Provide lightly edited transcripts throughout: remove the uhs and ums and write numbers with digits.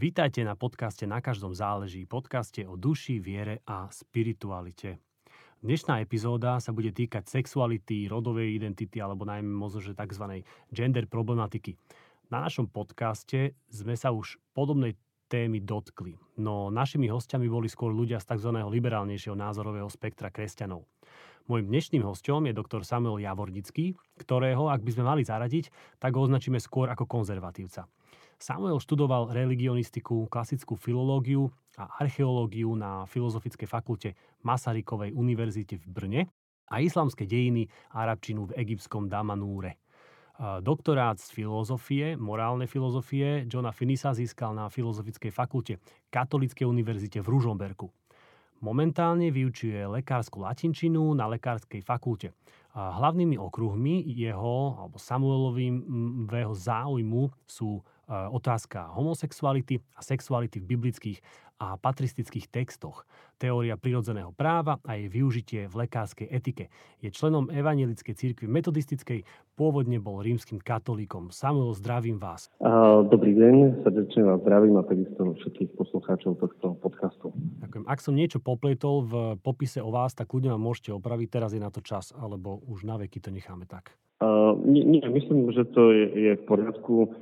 Vítajte na podcaste Na každom záleží, podcaste o duši, viere a spiritualite. Dnešná epizóda sa bude týkať sexuality, rodovej identity alebo najmä možno, že tzv. Gender problematiky. Na našom podcaste sme sa už podobnej témy dotkli, no našimi hostiami boli skôr ľudia z tzv. Liberálnejšieho názorového spektra kresťanov. Môjim dnešným hosťom je doktor Samuel Javornický, ktorého, ak by sme mali zaradiť, tak ho označíme skôr ako konzervatívca. Samuel študoval religionistiku, klasickú filológiu a archeológiu na Filozofickej fakulte Masarykovej univerzite v Brne a islamské dejiny a arabčinu v egyptskom Damanúre. Doktorát z filozofie, morálnej filozofie Johna Finnisa získal na Filozofickej fakulte Katolíckej univerzite v Ružomberku. Momentálne vyučuje lekársku latinčinu na lekárskej fakulte. Hlavnými okruhmi Samuelového záujmu sú otázka homosexuality a sexuality v biblických a patristických textoch, teória prirodzeného práva a jej využitie v lekárskej etike. Je členom Evanjelickej cirkvi metodistickej, pôvodne bol rímskym katolíkom. Samuel, zdravím vás. Dobrý deň, srdečne vás zdravím a takisto všetkých poslucháčov tohto podcastu. Ďakujem. Ak som niečo popletol v popise o vás, tak ľudia ma môžete opraviť, teraz je na to čas, alebo už na veky to necháme tak. Nie, myslím, že to je v poriadku.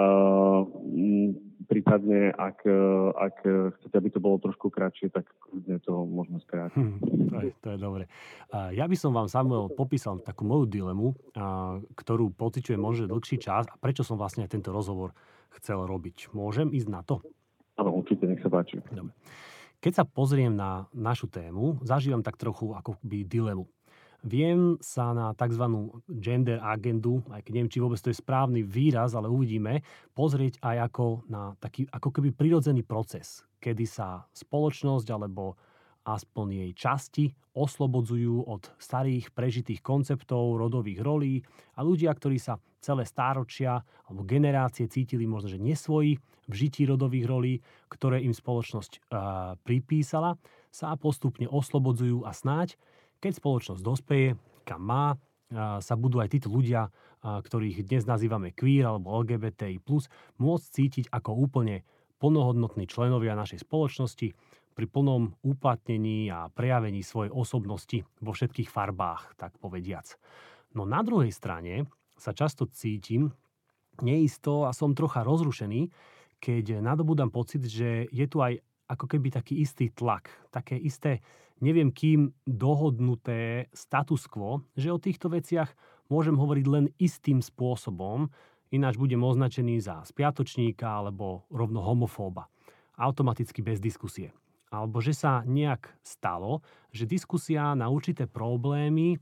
Prípadne, ak chcete, aby to bolo trošku kratšie, tak to môžeme skrátiť. To je dobre. Ja by som vám, Samuel, popísal takú moju dilemu, ktorú pociťujem možno dlhší čas a prečo som vlastne aj tento rozhovor chcel robiť. Môžem ísť na to? Áno, určite, nech sa páči. Dobre. Keď sa pozriem na našu tému, zažívam tak trochu akoby dilemu. Viem sa na tzv. Gender agendu, aj keď neviem, či vôbec to je správny výraz, ale uvidíme, pozrieť aj ako na taký ako keby prirodzený proces, kedy sa spoločnosť alebo aspoň jej časti oslobodzujú od starých prežitých konceptov, rodových rolí a ľudia, ktorí sa celé stáročia alebo generácie cítili možno, že nesvoji v žití rodových rolí, ktoré im spoločnosť pripísala, sa postupne oslobodzujú a snáď keď spoločnosť dospeje, kam má, sa budú aj títo ľudia, ktorých dnes nazývame queer alebo LGBTI+, môcť cítiť ako úplne plnohodnotní členovia našej spoločnosti pri plnom uplatnení a prejavení svojej osobnosti vo všetkých farbách, tak povediac. No na druhej strane sa často cítim neisto a som trocha rozrušený, keď nadobúdam pocit, že je tu aj ako keby taký istý tlak, také isté, neviem kým dohodnuté status quo, že o týchto veciach môžem hovoriť len istým spôsobom, ináč budem označený za spiatočníka alebo rovno homofóba. Automaticky bez diskusie. Alebo že sa nejak stalo, že diskusia na určité problémy,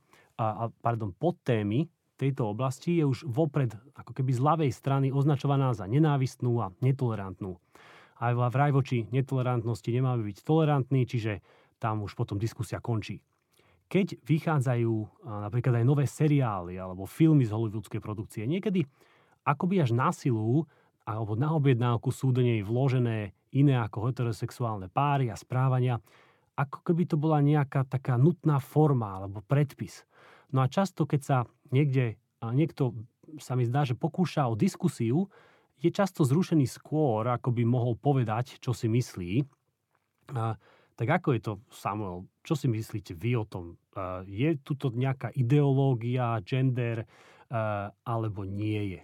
podtémy tejto oblasti je už vopred ako keby z ľavej strany označovaná za nenávistnú a netolerantnú. A vraj voči netolerantnosti nemáme byť tolerantní, čiže tam už potom diskusia končí. Keď vychádzajú napríklad aj nové seriály alebo filmy z hollywoodskej produkcie, niekedy akoby až na silu alebo na objednávku sú do nej vložené iné ako heterosexuálne páry a správania, ako keby to bola nejaká taká nutná forma alebo predpis. No a často, keď sa niekto sa mi zdá, že pokúša o diskusiu, je často zrušený skôr, ako by mohol povedať, čo si myslí. Tak ako je to, Samuel? Čo si myslíte vy o tom? Je tuto nejaká ideológia, gender, alebo nie je?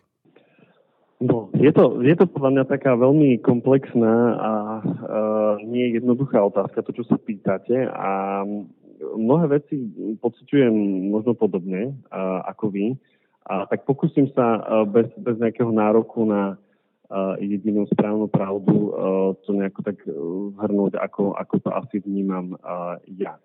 No, je to podľa mňa taká veľmi komplexná a nie jednoduchá otázka, to, čo sa pýtate. A mnohé veci pociťujem možno podobne ako vy. A tak pokúsim sa bez nejakého nároku na jedinú správnu pravdu to nejako tak zhrnúť, ako to asi vnímam ja.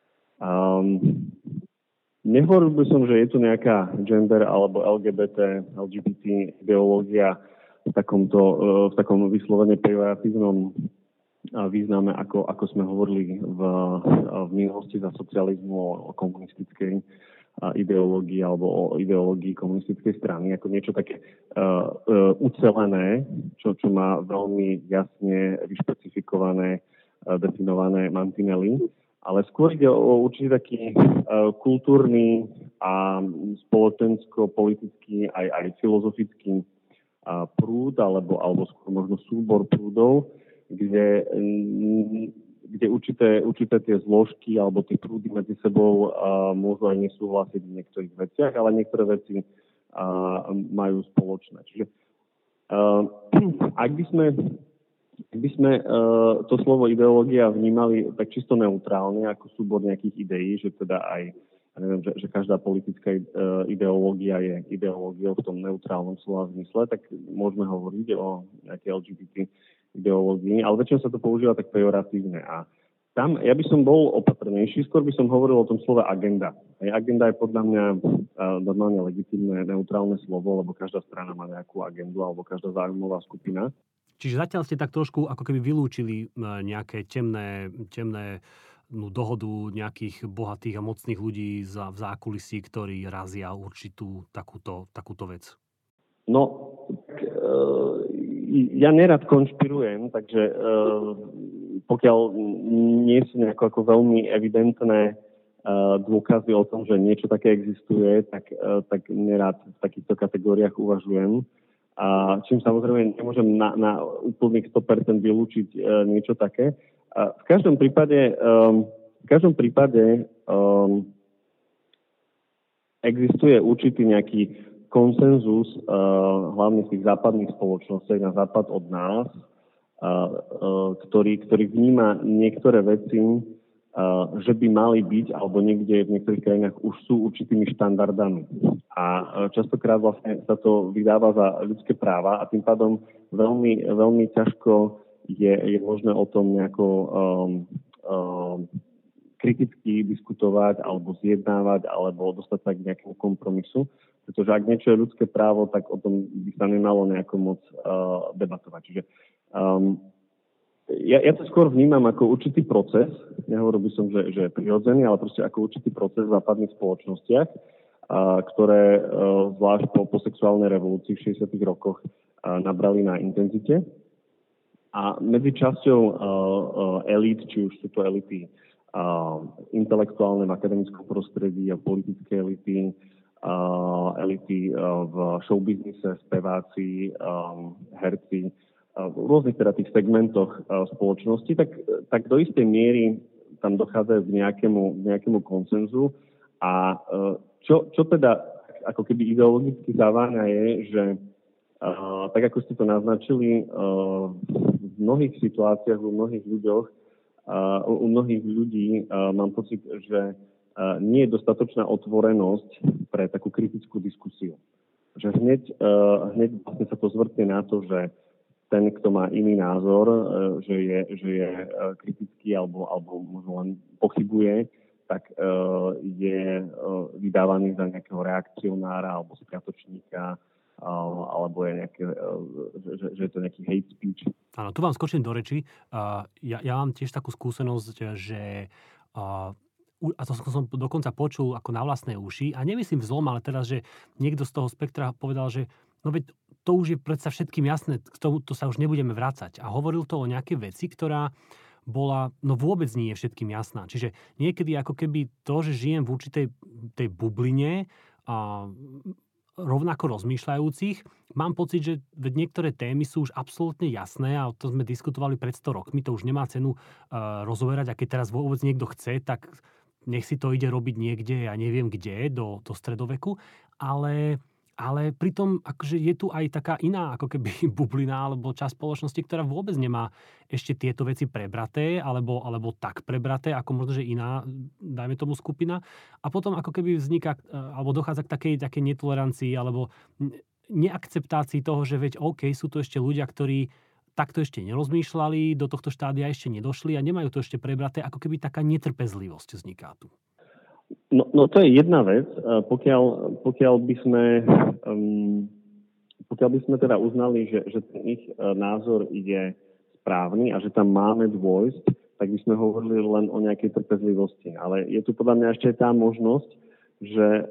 Nehovoril by som, že je tu nejaká gender alebo LGBT ideológia v takom vyslovene pejoratívnom význame, ako sme hovorili v minulosti za socializmu o komunistickej ideológii alebo o ideológii komunistickej strany, ako niečo také ucelené, čo má veľmi jasne vyšpecifikované, definované mantinely, ale skôr ide o určite taký kultúrny a spoločensko-politický aj filozofický prúd alebo skôr možno súbor prúdov, kde určité tie zložky alebo tie prúdy medzi sebou môžu aj nesúhlasiť v niektorých veciach, ale niektoré veci majú spoločné. Čiže ak by sme to slovo ideológia vnímali tak čisto neutrálne ako súbor nejakých ideí, že teda aj že každá politická ideológia je ideológiou v tom neutrálnom slova zmysle, tak môžeme hovoriť o nejakej LGBT ideológii, ale väčšinou sa to používa tak pejoratívne. A tam ja by som bol opatrnejší, skôr by som hovoril o tom slove agenda. Agenda je podľa mňa normálne legitímne neutrálne slovo, lebo každá strana má nejakú agendu alebo každá záujmová skupina. Čiže zatiaľ ste tak trošku ako keby vylúčili nejaké temné dohodu nejakých bohatých a mocných ľudí v zákulisí, ktorí razia určitú takúto vec. No, ja nerad konšpirujem, takže pokiaľ nie sú nejako ako veľmi evidentné dôkazy o tom, že niečo také existuje, tak nerad v takýchto kategóriách uvažujem. A čím samozrejme nemôžem na úplných 100% vylúčiť niečo také. V každom prípade existuje určitý nejaký konsenzus hlavne v tých západných spoločnostiach na západ od nás, ktorý vníma niektoré veci, že by mali byť, alebo niekde v niektorých krajinách už sú určitými štandardami. A častokrát vlastne sa to vydáva za ľudské práva a tým pádom veľmi, veľmi ťažko je možné o tom nejako kriticky diskutovať alebo zjednávať alebo dostať sa k nejakému kompromisu. Pretože ak niečo je ľudské právo, tak o tom by sa nemalo nejako moc debatovať. Čiže ja to skôr vnímam ako určitý proces. Nehovoril by som, že je prirodzený, ale proste ako určitý proces v západných spoločnostiach, ktoré zvlášť po sexuálnej revolúcii v 60. rokoch nabrali na intenzite. A medzi časťou elít, či už sú to elity intelektuálne v akademickom prostredí a politické elity, elity v showbiznise, speváci, herci, v rôznych teda tých segmentoch spoločnosti, tak do istej miery tam dochádza k nejakému konsenzu. A čo teda ako keby ideologicky zaváňa je, že tak ako ste to naznačili, v mnohých situáciách, u mnohých ľudí mám pocit, že nie je dostatočná otvorenosť pre takú kritickú diskusiu. Že hneď vlastne sa to zvrtne na to, že ten, kto má iný názor, že je kritický alebo možno len pochybuje, tak je vydávaný za nejakého reakcionára alebo spiatočníka, alebo je nejaké, že je to nejaký hate speech. Áno, tu vám skočím do reči. Ja mám tiež takú skúsenosť, že a to som dokonca počul ako na vlastné uši a nemyslím v zlom, ale teraz, že niekto z toho spektra povedal, že no veď to už je predsa všetkým jasné, k tomuto sa už nebudeme vrácať. A hovoril to o nejakej veci, ktorá bola, no vôbec nie je všetkým jasná. Čiže niekedy ako keby to, že žijem v určitej tej bubline a rovnako rozmýšľajúcich, mám pocit, že niektoré témy sú už absolútne jasné a to sme diskutovali pred 100 rokmi, to už nemá cenu rozoberať a keď teraz vôbec niekto chce, tak nech si to ide robiť niekde, ja neviem kde, do stredoveku, ale pritom akože je tu aj taká iná ako keby bublina alebo časť spoločnosti, ktorá vôbec nemá ešte tieto veci prebraté alebo tak prebraté, ako možno, že iná, dajme tomu skupina. A potom ako keby vzniká, alebo dochádza k takej netolerancii alebo neakceptácii toho, že veď OK, sú to ešte ľudia, ktorí takto ešte nerozmýšľali, do tohto štádia ešte nedošli a nemajú to ešte prebraté, ako keby taká netrpezlivosť vzniká tu. No to je jedna vec. Pokiaľ by sme teda uznali, že ten ich názor je správny a že tam máme dôjsť, tak by sme hovorili len o nejakej trpezlivosti. Ale je tu podľa mňa ešte tá možnosť, že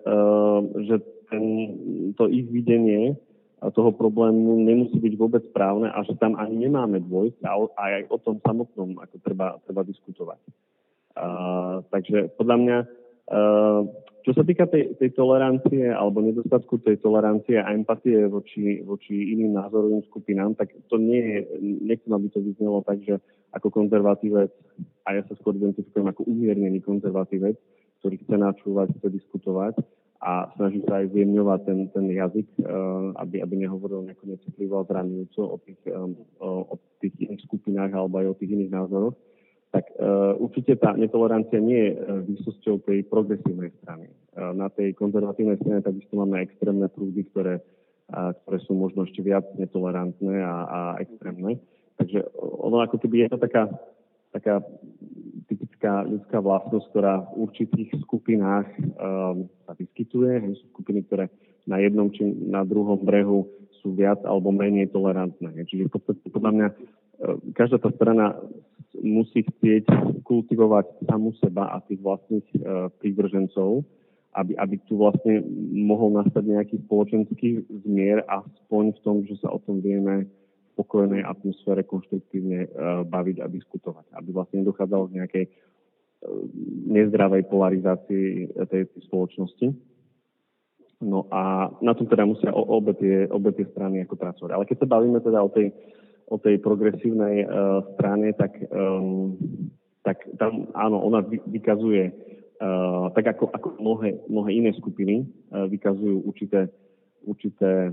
to ich videnie toho problému nemusí byť vôbec správne a že tam ani nemáme dôjsť a aj o tom samotnom ako treba diskutovať. Takže podľa mňa Čo sa týka tej tolerancie alebo nedostatku tej tolerancie a empatie voči iným názorovým skupinám, tak to nie je, nechcem, aby to vyznelo tak, že ako konzervatívec, a ja sa skôr identifikujem ako umiernený konzervatívec, ktorý chce načúvať, chce diskutovať a snaží sa aj zjemňovať ten jazyk, aby nehovoril nejako necitlivo a zraňujúco o tých iných skupinách alebo aj o tých iných názoroch. Tak určite tá netolerancia nie je výsosťou tej progresívnej strany. Na tej konzervatívnej strane takisto máme extrémne prúdy, ktoré sú možno ešte viac netolerantné a extrémne. Takže ono ako keby je to taká typická ľudská vlastnosť, ktorá v určitých skupinách sa vyskytuje. Sú skupiny, ktoré na jednom či na druhom brehu sú viac alebo menej tolerantné. Čiže v podstate podľa mňa každá tá strana musí chcieť kultivovať samú seba a tých vlastných prívržencov, aby tu vlastne mohol nastať nejaký spoločenský zmier aspoň v tom, že sa o tom vieme v pokojnej atmosfére konštruktívne baviť a diskutovať. Aby vlastne nedochádzalo k nejakej nezdravej polarizácii tej spoločnosti. No a na tom teda musia obe tie strany ako pracovať. Ale keď sa bavíme teda o tej progresívnej strane, tak tam áno, ona vykazuje, tak ako mnohé iné skupiny, vykazujú určité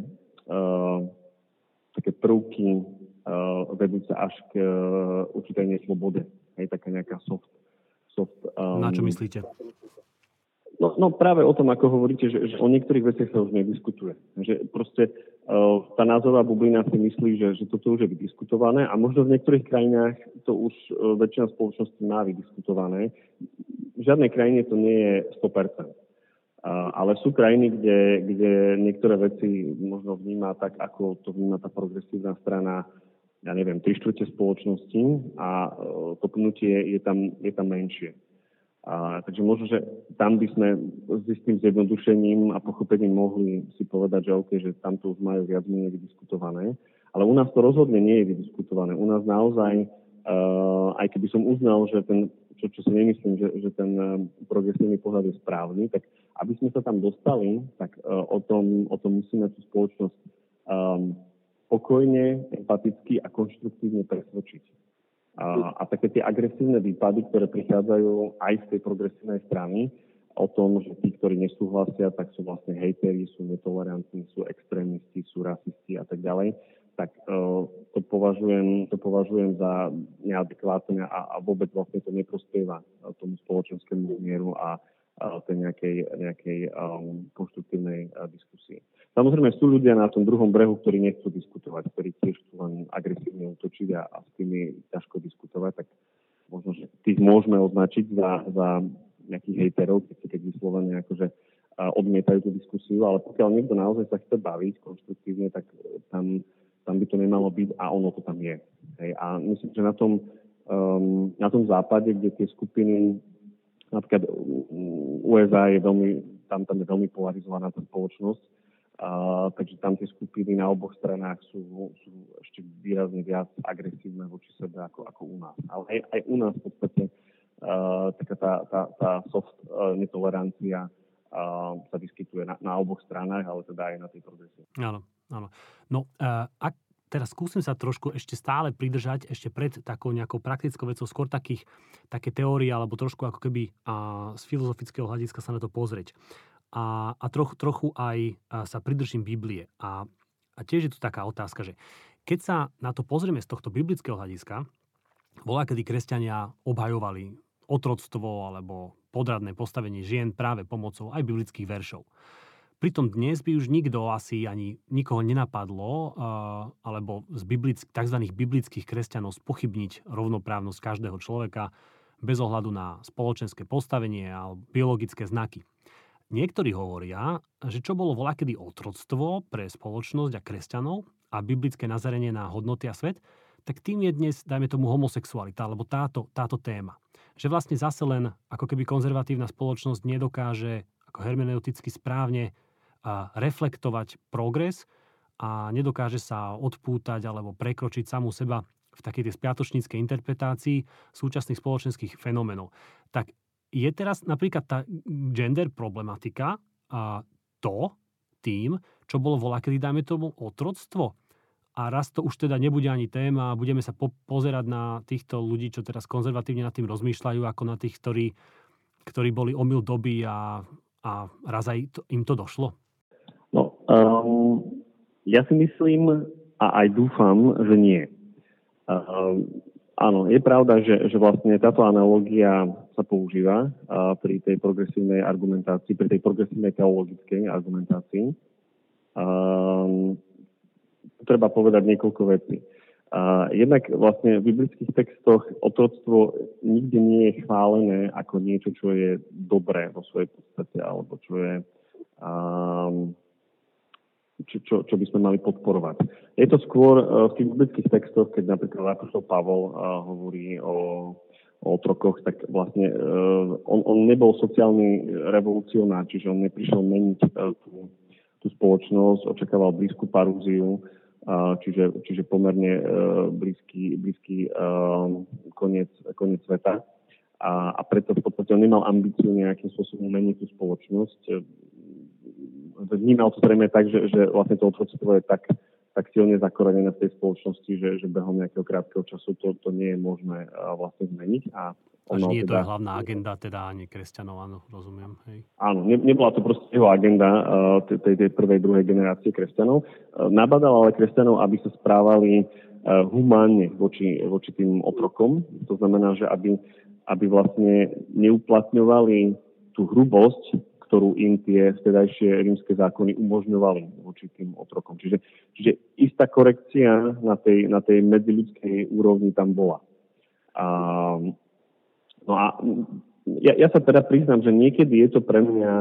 také prvky vedúce až k určitej neslobode. Hej, taká nejaká soft. Na čo myslíte? No práve o tom, ako hovoríte, že o niektorých veciach sa už nediskutuje. Že proste tá názorová bublina si myslí, že toto už je vydiskutované a možno v niektorých krajinách to už väčšina spoločnosti má vydiskutované. V žiadnej krajine to nie je 100%. Ale sú krajiny, kde niektoré veci možno vníma tak, ako to vníma tá progresívna strana, ja neviem, 3/4 spoločnosti a to pnutie je tam menšie. Takže možno, že tam by sme s istým zjednodušením a pochopením mohli si povedať, že OK, že tam to už majú viac menej vydiskutované. Ale u nás to rozhodne nie je vydiskutované. U nás naozaj, aj keby som uznal, že čo si nemyslím, že ten progresívny pohľad je správny, tak aby sme sa tam dostali, tak o tom musíme tú spoločnosť pokojne, empaticky a konštruktívne presvedčiť. A také tie agresívne výpady, ktoré prichádzajú aj z tej progresívnej strany, o tom, že tí, ktorí nesúhlasia, tak sú vlastne hejteri, sú netolerantní, sú extrémisti, sú rasisti a tak ďalej, tak to považujem za neadekvátne a vôbec vlastne to neprospieva tomu spoločenskému mieru a tej nejakej konštruktívnej diskusii. Samozrejme sú ľudia na tom druhom brehu, ktorí nechcú diskutovať, ktorí tiež chcú len agresívne útočiť a s tými ťažko diskutovať, tak možno, že tých môžeme označiť za nejakých hejterov, keď vyslovene akože odmietajú tú diskusiu, ale pokiaľ niekto naozaj sa chce baviť konštruktívne, tak tam by to nemalo byť a ono to tam je. Hej. A myslím, že na tom západe, kde tie skupiny, napríklad USA je tam je veľmi polarizovaná tá spoločnosť, takže tam tie skupiny na oboch stranách sú ešte výrazne viac agresívne voči sebe ako u nás. Ale aj u nás v podstate taká tá soft netolerancia sa vyskytuje na oboch stranách, ale teda aj na tej progresii. Áno. No, ak teraz skúsim sa trošku ešte stále pridržať ešte pred takou nejakou praktickou vecou, skôr také teórie, alebo trošku ako keby z filozofického hľadiska sa na to pozrieť. A trochu aj sa pridržím Biblie. A tiež je tu taká otázka, že keď sa na to pozrieme z tohto biblického hľadiska, voľakedy kresťania obhajovali otroctvo alebo podradné postavenie žien práve pomocou aj biblických veršov. Pritom dnes by už nikto asi ani nikoho nenapadlo, alebo z tzv. Biblických kresťanov spochybniť rovnoprávnosť každého človeka bez ohľadu na spoločenské postavenie alebo biologické znaky. Niektorí hovoria, že čo bolo voľakedy otroctvo pre spoločnosť a kresťanov a biblické nazerenie na hodnoty a svet, tak tým je dnes, dajme tomu, homosexualita, alebo táto téma. Že vlastne zase len ako keby konzervatívna spoločnosť nedokáže ako hermeneuticky správne reflektovať progres a nedokáže sa odpútať alebo prekročiť samú seba v takej tej spiatočníckej interpretácii súčasných spoločenských fenoménov. Tak je teraz napríklad tá gender problematika a tým, čo bolo voľakedy, dajme tomu, otroctvo. A raz to už teda nebude ani téma a budeme sa pozerať na týchto ľudí, čo teraz konzervatívne nad tým rozmýšľajú, ako na tých, ktorí boli omyl doby a raz aj im to došlo? No, ja si myslím a aj dúfam, že nie. Áno, je pravda, že vlastne táto analogia sa používa pri tej progresívnej argumentácii, pri tej progresívnej teologickej argumentácii. Treba povedať niekoľko vecí. Jednak vlastne v biblických textoch otroctvo nikdy nie je chválené ako niečo, čo je dobré vo svojej podstate, alebo čo je čo by sme mali podporovať. Je to skôr v tých biblických textoch, keď napríklad apoštol Pavol hovorí o otrokoch, tak vlastne on nebol sociálny revolucionár, čiže on neprišiel meniť tú spoločnosť, očakával blízku parúziu, čiže pomerne blízky koniec sveta. A preto v podstate on nemal ambíciu nejakým spôsobom meniť tú spoločnosť. Vnímal to zrejme tak, že vlastne to otroctvo je tak silne zakorenené v tej spoločnosti, že behom nejakého krátkeho času to nie je možné vlastne zmeniť. Až nie je to hlavná agenda, teda ani kresťanov, áno, rozumiem. Hej. Áno, nebola to proste jeho agenda tej prvej, druhej generácie kresťanov. Nabadal ale kresťanov, aby sa správali humánne voči tým otrokom. To znamená, že aby vlastne neuplatňovali tú hrubosť, ktorú im tie vtedajšie rímske zákony umožňovali voči tým otrokom. Čiže istá korekcia na tej medziľudskej úrovni tam bola. No a ja sa teda priznám, že niekedy je to pre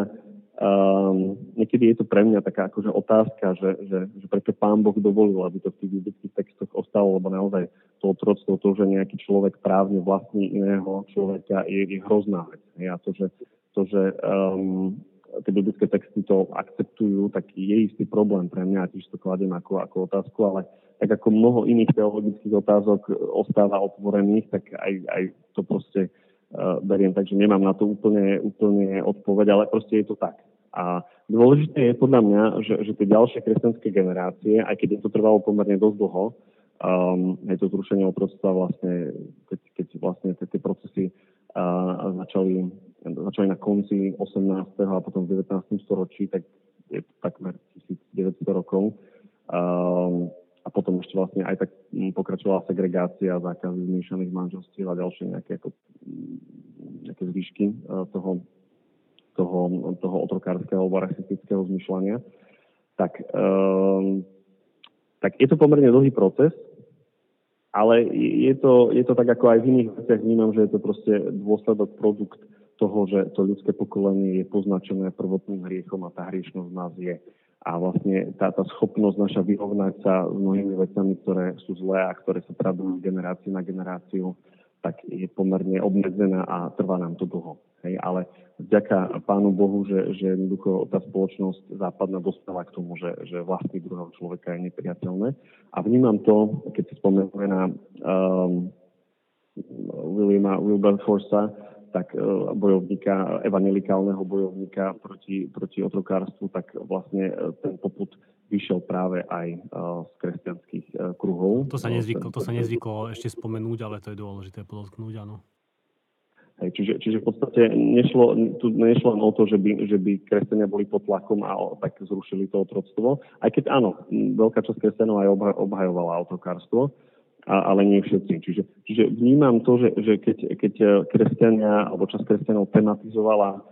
mňa taká akože otázka, že prečo Pán Boh dovolil, aby to v tých biblických textoch ostalo, lebo naozaj to otroctvo, to, že nejaký človek právne vlastní iného človeka, je hrozná vec. A to, že tie biblické texty to akceptujú, tak je istý problém pre mňa, tiež to kladiem ako otázku, ale tak ako mnoho iných teologických otázok ostáva otvorených, tak aj to proste beriem, takže nemám na to úplne odpoveď, ale proste je to tak. A dôležité je podľa mňa, že tie ďalšie kresťanské generácie, aj keď to trvalo pomerne dosť dlho, je to zrušenie otroctva vlastne, keď vlastne tie procesy začali na konci 18. a potom v 19. storočí, tak je to takmer 1900 rokov. A potom ešte vlastne aj tak pokračovala segregácia, zákazy zmiešaných manželstiev a ďalšie nejaké zvyšky toho otrokárskeho alebo rasistického zmyšľania. Tak je to pomerne dlhý proces, ale je to tak, ako aj v iných veciach vnímam, že je to proste dôsledok, produkt toho, že to ľudské pokolenie je poznačené prvotným hriechom a tá hriešnosť v nás je. A vlastne tá schopnosť naša vyrovnať sa s mnohými vecami, ktoré sú zlé a ktoré sa tradujú z generácie na generáciu, tak je pomerne obmedzená a trvá nám to dlho. Hej? Ale vďaka Pánu Bohu, že jednoducho tá spoločnosť západná dostala k tomu, že vlastní druhého človeka je nepriateľné. A vnímam to, keď si spomenujeme na Williama Wilberforcea, tak bojovníka, evangelikálneho bojovníka proti otrokárstvu, tak vlastne ten popud vyšiel práve aj z kresťanských kruhov. To sa nezvyklo ešte spomenúť, ale to je dôležité podotknúť, áno. Hej, čiže v podstate nešlo len o to, že by kresťania boli pod tlakom a tak zrušili to otroctvo. Aj keď áno, veľká časť kresťanov aj obhajovala otrokárstvo, ale nie všetci. Čiže vnímam to, že keď kresťania alebo časť kresťanov tematizovala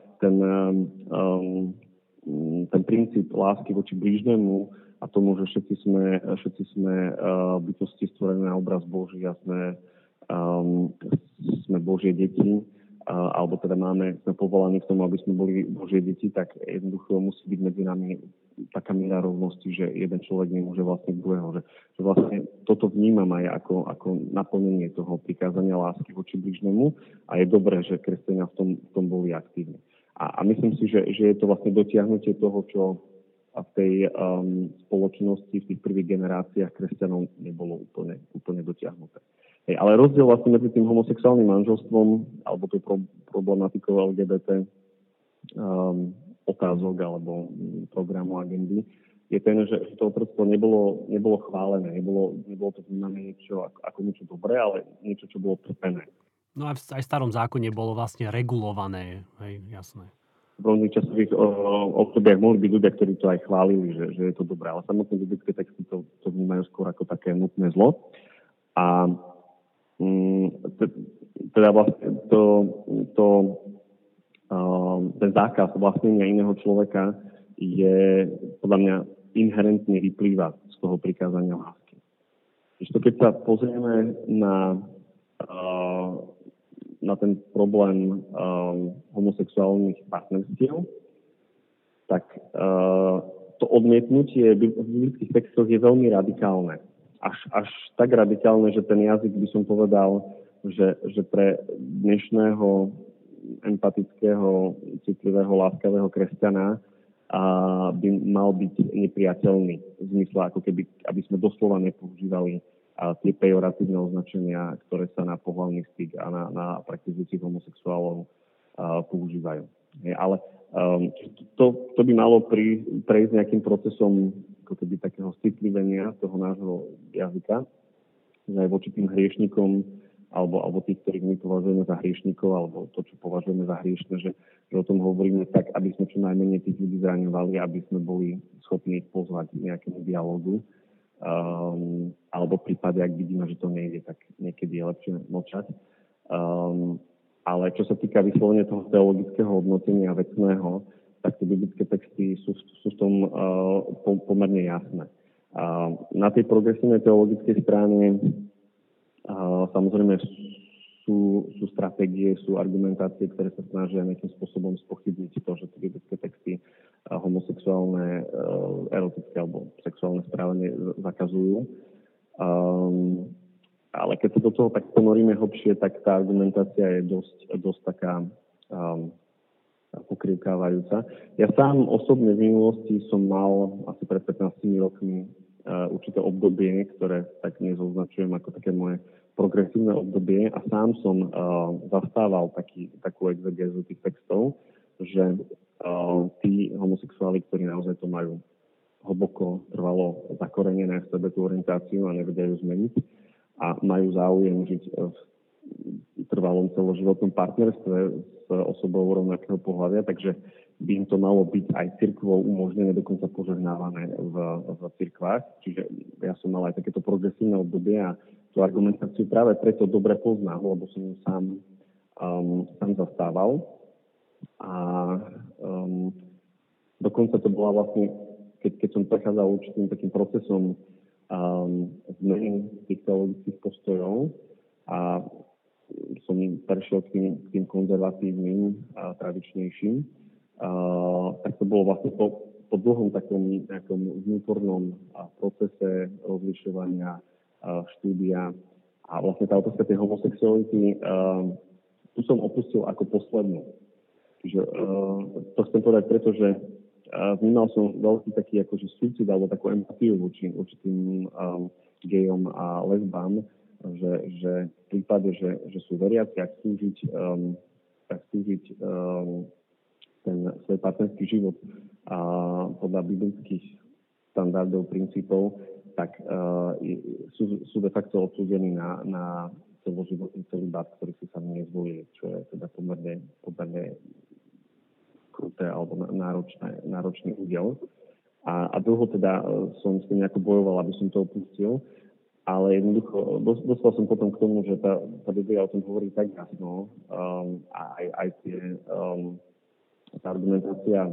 ten princíp lásky voči blížnemu a tomu, že všetci sme bytosti stvorené na obraz Boží a sme Božie deti, alebo teda sme povolaní k tomu, aby sme boli Božie deti, tak jednoducho musí byť medzi nami taká miera rovnosti, že jeden človek nemôže vlastniť druhého. Že vlastne toto vnímam aj ako naplnenie toho prikázania lásky voči bližnému a je dobré, že kresťania v tom boli aktívni. A myslím si, že je to vlastne dotiahnutie toho, čo v tej spoločnosti v tých prvých generáciách kresťanov nebolo úplne dotiahnuté. Ale rozdiel vlastne medzi tým homosexuálnym manželstvom alebo tou problematikou LGBT otázok alebo programu agendy, je ten, že to otroctvo nebolo chválené, nebolo to vnímané niečo ako niečo dobré, ale niečo, čo bolo trpené. No aj v starom zákone bolo vlastne regulované, hej, jasné. V rôznych časových obdobiach mohli byť ľudia, ktorí to aj chválili, že je to dobré, ale samotné biblické texty to vnímajú skôr ako také nutné zlo. A teda vlastne ten zákaz vlastnenia iného človeka je podľa mňa inherentne vyplýva z toho prikázania lásky. Keď sa pozrieme na ten problém homosexuálnych partnerstiev, tak to odmietnutie v biblických textoch je veľmi radikálne. Až tak radikálne, že ten jazyk by som povedal, že pre dnešného empatického, citlivého, láskavého kresťana by mal byť nepriateľný. V zmysle, ako keby, aby sme doslova nepoužívali tie pejoratívne označenia, ktoré sa na pohlavný styk a na praktizujúcich homosexuálov používajú. Ale to by malo prejsť nejakým procesom ako keby takého citlivenia toho nášho jazyka, že aj voči tým hriešnikom alebo tých, ktorých my považujeme za hriešnikov, alebo to, čo považujeme za hriešne, že o tom hovoríme tak, aby sme čo najmenej tých ľudí zraňovali, aby sme boli schopní ich pozvať k nejakému dialógu. Alebo v prípade, ak vidíme, že to nejde, tak niekedy je lepšie mlčať. Ale čo sa týka vyslovene toho teologického hodnotenia vecného, tak tie biblické texty sú v tom pomerne jasné. Na tej progresívnej teologickej strane samozrejme sú stratégie, sú argumentácie, ktoré sa snažia nejakým spôsobom spochybniť to, že tie biblické texty homosexuálne, erotické alebo sexuálne správanie zakazujú. Ale keď sa do toho tak ponoríme hlbšie, tak tá argumentácia je dosť taká pokrývkávajúca. Ja sám osobne v minulosti som mal asi pred 15 rokmi určité obdobie, ktoré tak nezoznačujem ako také moje progresívne obdobie a sám som zastával takú exegézu tých textov, že tí homosexuáli, ktorí naozaj to majú hlboko trvalo zakorenené v sebe tú orientáciu a nevedia ju zmeniť a majú záujem žiť v trvalom celoživotnom partnerstve s osobou rovnakého pohľavia, takže by im to malo byť aj cirkvou umožnené, dokonca požehnávané v cirkvách. Čiže ja som mal aj takéto progresívne obdobie a tú argumentáciu práve preto dobre poznal, lebo som ju sám zastával. A dokonca to bola vlastne, keď som prechádzal určitým takým procesom zmeny tých teologických postojov a som prešiel k tým konzervatívnym a tradičnejším, tak to bolo vlastne po dlhom takom nejakom vnútornom procese rozlišovania, štúdia a vlastne tá otázka tej homosexuality tu som opustil ako poslednú. Čiže to chcem povedať, pretože vnímal som veľký taký akože súcit alebo takú empatiu voči určitým gejom a lesbám, že v prípade, že sú veriaci a chcú žiť ten svoj partnerský život a podľa biblických štandardov, princípov, tak sú de facto odsúdení na celoživotný celibát, ktorý si sami nezvolili, čo je teda pomerne kruté alebo náročný údel. A dlho teda som s tým nejako bojoval, aby som to opustil, ale jednoducho dostal som potom k tomu, že tá Biblia o tom hovorí tak jasno a aj tá argumentácia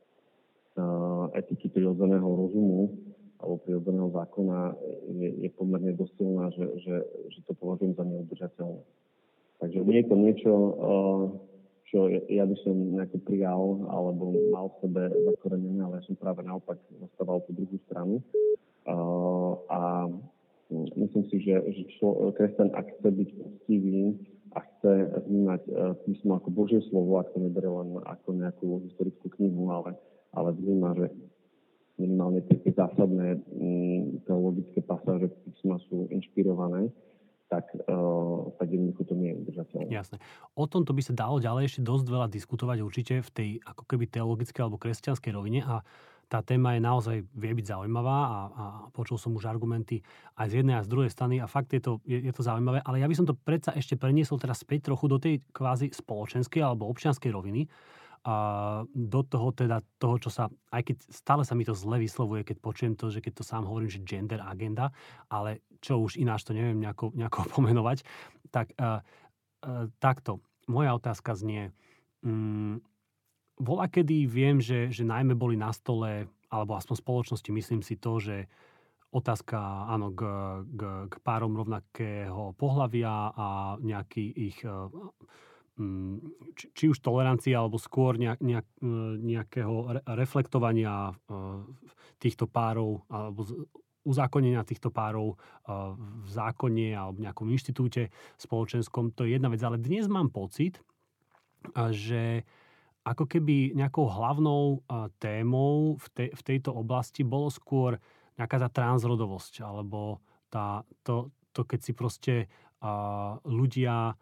etiky prirodzeného rozumu alebo prirodzeného zákona je pomerne dosť silná, že to považujem za neudržateľné. Takže nie je to niečo, čo ja by som nejako prijal alebo mal v sebe zakorenené, ale ja som práve naopak zastával tú druhú stranu. A myslím si, že kresťan, ak chce byť poctivý a chce vnímať písmo ako Božie slovo, ak to neberie len ako nejakú historickú knihu, ale vníma, že minimálne tie zásadné teologické pasáže písma sú inšpirované, tak jednoducho to nie je udržateľné. Jasné. O tomto by sa dalo ďalej ešte dosť veľa diskutovať určite v tej ako keby teologickej alebo kresťanskej rovine a tá téma je naozaj, vie byť zaujímavá a počul som už argumenty aj z jednej a z druhej strany a fakt je to zaujímavé, ale ja by som to predsa ešte preniesol teraz späť trochu do tej kvázi spoločenskej alebo občianskej roviny a do toho teda toho, čo sa, aj keď stále sa mi to zle vyslovuje, keď počujem to, že keď to sám hovorím, že gender agenda, ale čo už ináč to neviem nejako pomenovať, tak takto. Moja otázka znie, voľakedy viem, že najmä boli na stole, alebo aspoň v spoločnosti, myslím si to, že otázka áno, k párom rovnakého pohlavia a nejaký ich či už tolerancia, alebo skôr nejakého reflektovania týchto párov, alebo uzákonenia týchto párov v zákone alebo v nejakom inštitúte spoločenskom. To je jedna vec, ale dnes mám pocit, že ako keby nejakou hlavnou témou v tejto oblasti bolo skôr nejaká tá transrodovosť, alebo to keď si proste ľudia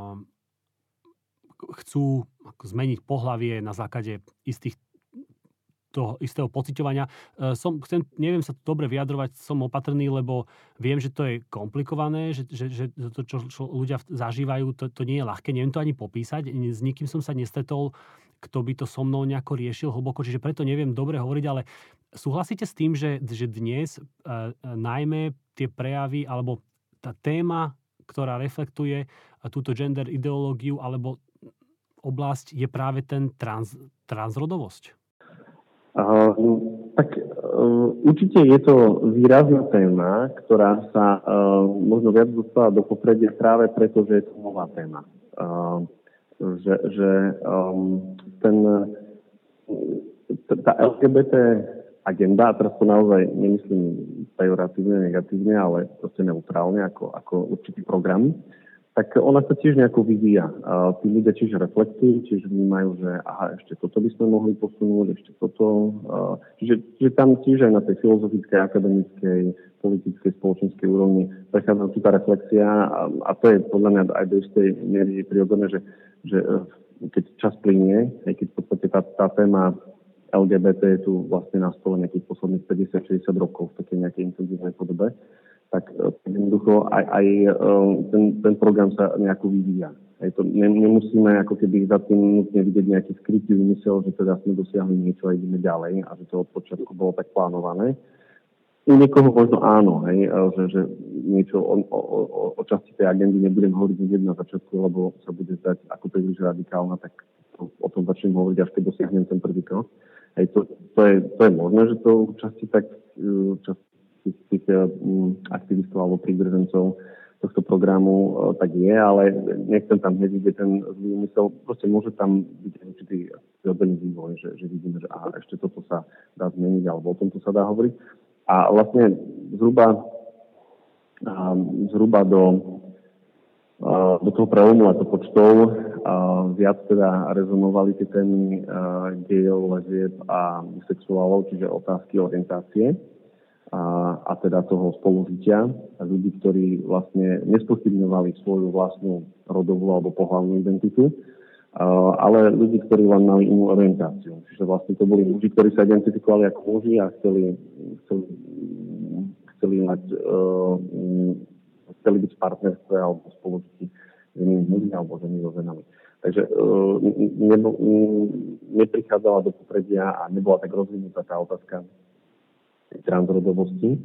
chcú zmeniť pohlavie na základe toho istého pociťovania. Neviem sa dobre vyjadrovať, som opatrný, lebo viem, že to je komplikované, že to, čo ľudia zažívajú, to nie je ľahké. Neviem to ani popísať. S nikým som sa nestretol, kto by to so mnou nejako riešil hlboko, čiže preto neviem dobre hovoriť, ale súhlasíte s tým, že dnes najmä tie prejavy, alebo tá téma, ktorá reflektuje túto gender ideológiu, alebo oblasť, je práve ten transrodovosť? Určite je to výrazná téma, ktorá sa možno viac dostala do popredia práve preto, že je to nová téma. Tá LGBT agenda, a teraz to naozaj nemyslím pejoratívne, negatívne, ale proste neutrálne ako určitý program, tak ona sa tiež nejako vyvíja. Tí ľudia tiež reflektujú, tiež vnímajú, že aha, ešte toto by sme mohli posunúť, ešte toto. Čiže tam tiež aj na tej filozofickej, akademickej, politickej, spoločenskej úrovni prechádza tá reflexia a to je podľa mňa aj do istej miery prirodzené, že keď čas plynie, aj keď v podstate tá téma LGBT je tu vlastne na stole nejakých posledných 50-60 rokov v takej nejakej intenzívnej podobe, tak jednoducho aj ten program sa nejako vyvíja. Nemusíme ako keby za tým nutne vidieť nejaký skrytý úmysel, že teda sme dosiahli niečo a ideme ďalej a že to od počiatku bolo tak plánované. U niekoho možno áno, že niečo o časti tej agendy nebudem hovoriť hneď na začiatku, lebo sa bude zdať ako príliš radikálna, tak o tom začnem hovoriť, až keď dosiahnem ten prvý krok. To je možné, že to časti tak tých aktivistov alebo prívržencov tohto programu tak je, ale nechcem tam hneď vidieť ten zlý úmysel. Proste môže tam byť určitý prirodzený vývoj, že vidíme, že aha, ešte toto sa dá zmeniť, alebo o tomto sa dá hovoriť. A vlastne zhruba do toho prelomu letopočtov viac teda rezonovali tie témy gejov, lezieb a bisexuálov, čiže otázky orientácie. A teda toho spolužitia a ľudí, ktorí vlastne nespochybňovali svoju vlastnú rodovú alebo pohlavnú identitu, ale ľudí, ktorí len mali inú orientáciu. Čiže vlastne to boli muži, ktorí sa identifikovali ako muži a chceli byť v partnerstve alebo spolužití s inými mužmi alebo ženými so ženami. Takže neprichádzala do popredia a nebola tak rozvinutá tá otázka transrodovosti.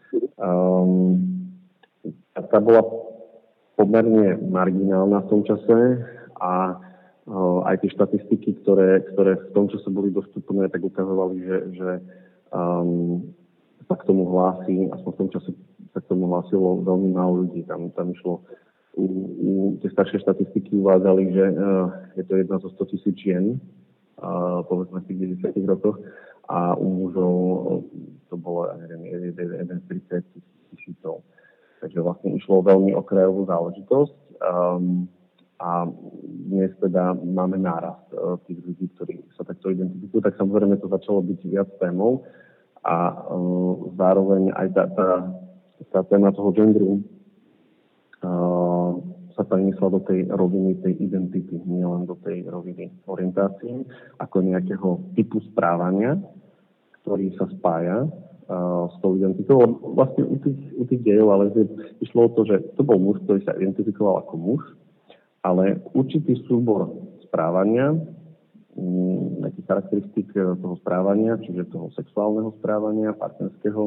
Tá bola pomerne marginálna v tom čase a aj tie štatistiky, ktoré v tom čase boli dostupné, tak ukazovali, že sa k tomu hlási, aspoň v tom čase sa k tomu hlásilo veľmi málo ľudí. Tam išlo, tie staršie štatistiky uvádzali, že je to jedna zo 100 000 žien, povedzme v tých 90 rokoch, a u mužov to bolo, neviem, 30 000. Takže vlastne išlo veľmi okrajovú záležitosť a dnes teda máme nárast tých ľudí, ktorí sa takto identifikujú, tak samozrejme to začalo byť viac témou a zároveň aj tá téma toho genderu sa preniesla do tej roviny tej identity, nielen do tej roviny orientácie, ako nejakého typu správania, ktorý sa spája s tou identitou. Vlastne u tých dejov, ale išlo o to, že to bol muž, ktorý sa identifikoval ako muž, ale určitý súbor správania, nejakých charakteristík toho správania, čiže toho sexuálneho správania, partnerského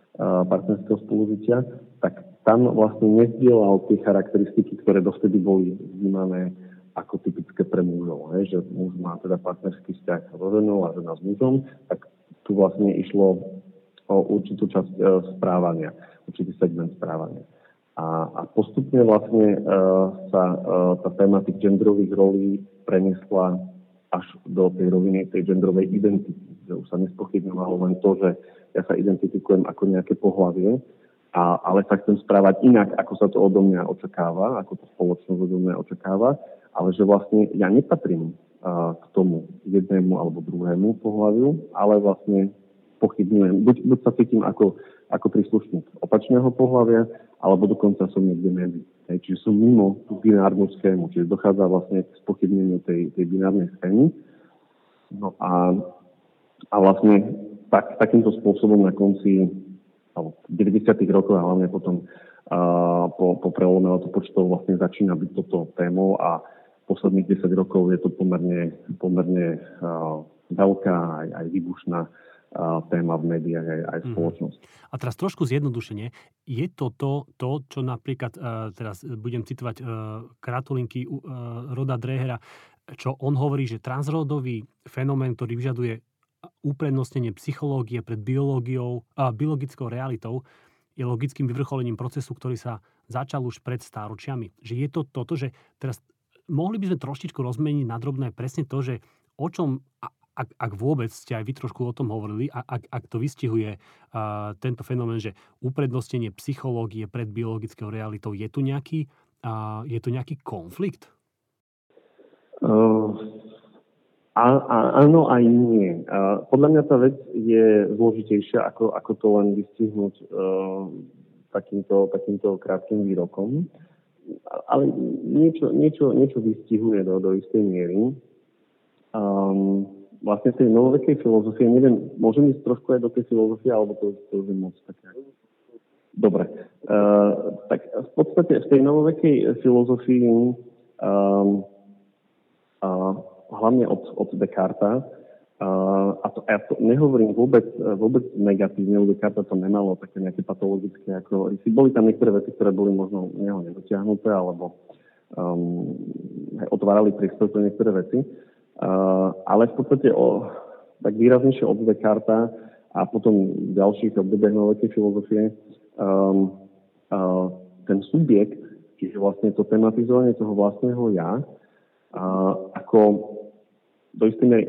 spolužitia, tak tam vlastne nezdielal tie charakteristiky, ktoré dovtedy boli vnímané ako typické pre mužov. Že muž má teda partnerský vzťah so ženou a žena s mužom, tak tu vlastne išlo o určitú časť správania, určitý segment správania. A postupne vlastne sa tá téma tých genderových rolí preniesla až do tej roviny tej genderovej identity. Že už sa nespochybňovalo len to, že ja sa identifikujem ako nejaké pohlavie, ale sa chcem správať inak, ako sa to odo mňa očakáva, ako to spoločnosť odo mňa očakáva, ale že vlastne ja nepatrím k tomu jednému alebo druhému pohľaviu, ale vlastne pochybňujem. Buď sa cítim ako príslušník opačného pohľavia, alebo dokonca som niekde medzi. Čiže som mimo tú binárnu schému, čiže dochádza vlastne k spochybneniu tej binárnej schémy. No a vlastne takýmto spôsobom na konci v 90. rokoch a hlavne potom po prelome letopočtov vlastne začína byť toto témou a posledných 10 rokov je to pomerne veľká aj výbušná téma v médiách aj v spoločnosti. A teraz trošku zjednodušene. Je to, čo napríklad, teraz budem citovať kratulinky Roda Drehera, čo on hovorí, že transrodový fenomén, ktorý vyžaduje uprednostnenie psychológie pred biológiou a biologickou realitou, je logickým vyvrcholením procesu, ktorý sa začal už pred stáročiami. Že je to toto, že teraz mohli by sme trošičku rozmeniť na drobné presne to, že o čom, ak vôbec ste aj vy trošku o tom hovorili, ak to vystihuje tento fenomén, že uprednostnenie psychológie pred biologickou realitou, je tu nejaký konflikt? Áno, aj nie. Podľa mňa tá vec je zložitejšia, ako to len vystihnúť takýmto krátkym výrokom. Ale niečo vystihuje do istej miery. Vlastne tej novovekej filozofie, neviem, môžem ísť trošku aj do tej filozofie, alebo to už je moc také. Dobre. Tak v podstate v tej novovekej filozofii hlavne od Descartesa, a to nehovorím vôbec negatívne, u Descartesa to nemalo také nejaké patologické ako rysy. Boli tam niektoré veci, ktoré boli možno u neho nedotiahnuté, alebo otvárali priestor pre niektoré veci. Ale v podstate tak výraznejšie od Descartesa a potom v ďalších obdobiach novej filozofie ten subjekt, čiže vlastne to tematizovanie toho vlastného ja, ako do istej miery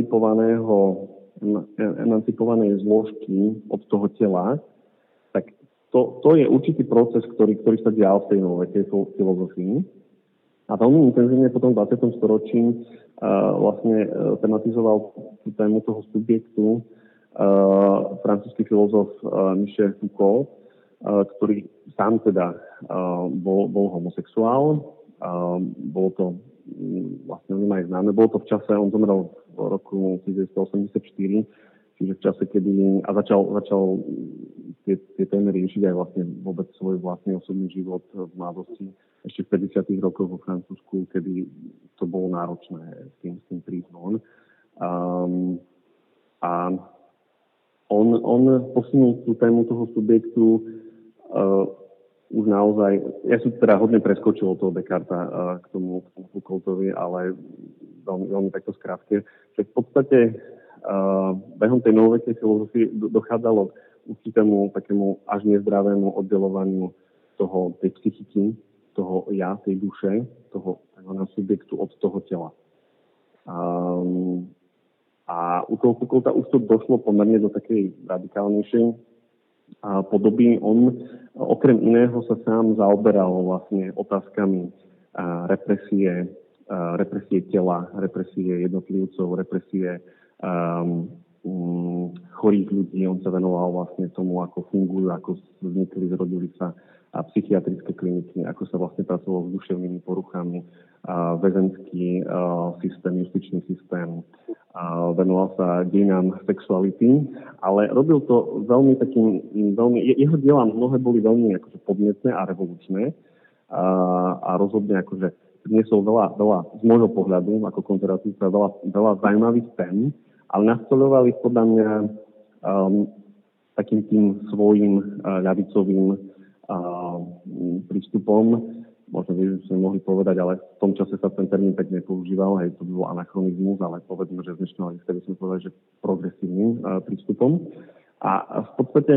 emancipovanej zložky od toho tela, tak to je určitý proces, ktorý sa dial v tej novej filozofii. A veľmi intenzívne potom v 20. storočí vlastne tematizoval tú tému toho subjektu francúzsky filozof Michel Foucault, ktorý sám teda bol homosexuál. Bolo to vlastne aj známe. Bolo to v čase, on zomrel v roku 1984, čiže v čase, kedy začal tie témy riešiť aj vlastne vôbec svoj vlastný osobný život v mladosti, ešte v 50. rokoch vo Francúzsku, kedy to bolo náročné s tým prísť von. A on posunul tú tému toho subjektu už naozaj, ja som teda hodne preskočil od toho Descartesa k tomu Foucaultovi, ale veľmi takto skrátke, že v podstate behom tej novovekej filozofie dochádzalo k určitému takému až nezdravému oddelovaniu tej psychiky, toho ja, tej duše, toho subjektu od toho tela. A u toho Foucaulta už to došlo pomerne do takej radikálnejšej podoby. On okrem iného sa sám zaoberal vlastne otázkami represie tela, represie jednotlivcov, represie chorých ľudí. On sa venoval vlastne tomu, ako fungujú, ako vznikli, zrodili sa a psychiatrické kliniky, ako sa vlastne pracovalo s duševnými poruchami, väzenský systém, justičný systém, venoval sa dejinám sexuality, ale robil to veľmi jeho diela mnohé boli veľmi akože podnetné a revolučné a rozhodne akože priniesol veľa z môjho pohľadu ako konzervatívca veľa zaujímavých tém, ale nastoľovali podľa mňa takým tým svojím ľavicovým prístupom. Možno by sme mohli povedať, ale v tom čase sa ten termín tak nepoužíval, hej, to by bol anachronizmus, ale povedzme, že z dnešného hľadiska by sme povedali, že progresívnym prístupom. A v podstate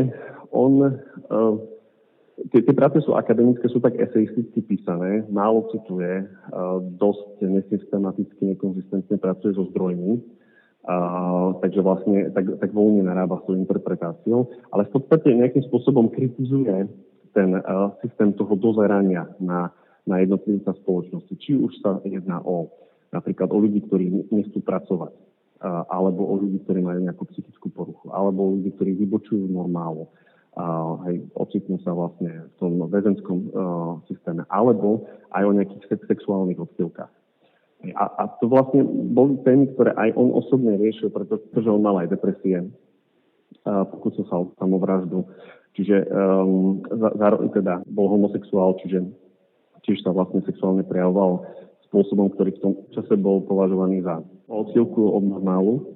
tie práce sú akademické, sú tak eseisticky písané, málo cituje, dosť nesystematicky, nekonzistentne pracuje so zdrojmi, takže vlastne tak voľne narába s tou interpretáciou, ale v podstate nejakým spôsobom kritizuje ten systém toho dozerania na jednotlivca spoločnosti. Či už sa jedná napríklad o ľudí, ktorí nechcú pracovať, alebo o ľudí, ktorí majú nejakú psychickú poruchu, alebo o ľudí, ktorí vybočujú z normálu, ocitnú sa vlastne v tom väzenskom systéme, alebo aj o nejakých sexuálnych odchýlkach. A to vlastne boli témy, ktoré aj on osobne riešil, pretože on mal aj depresie, pokúsil sa o samovraždu, čiže zároveň teda bol homosexuál, čiže tiež sa vlastne sexuálne prejavoval spôsobom, ktorý v tom čase bol považovaný za odchýlku od normálu.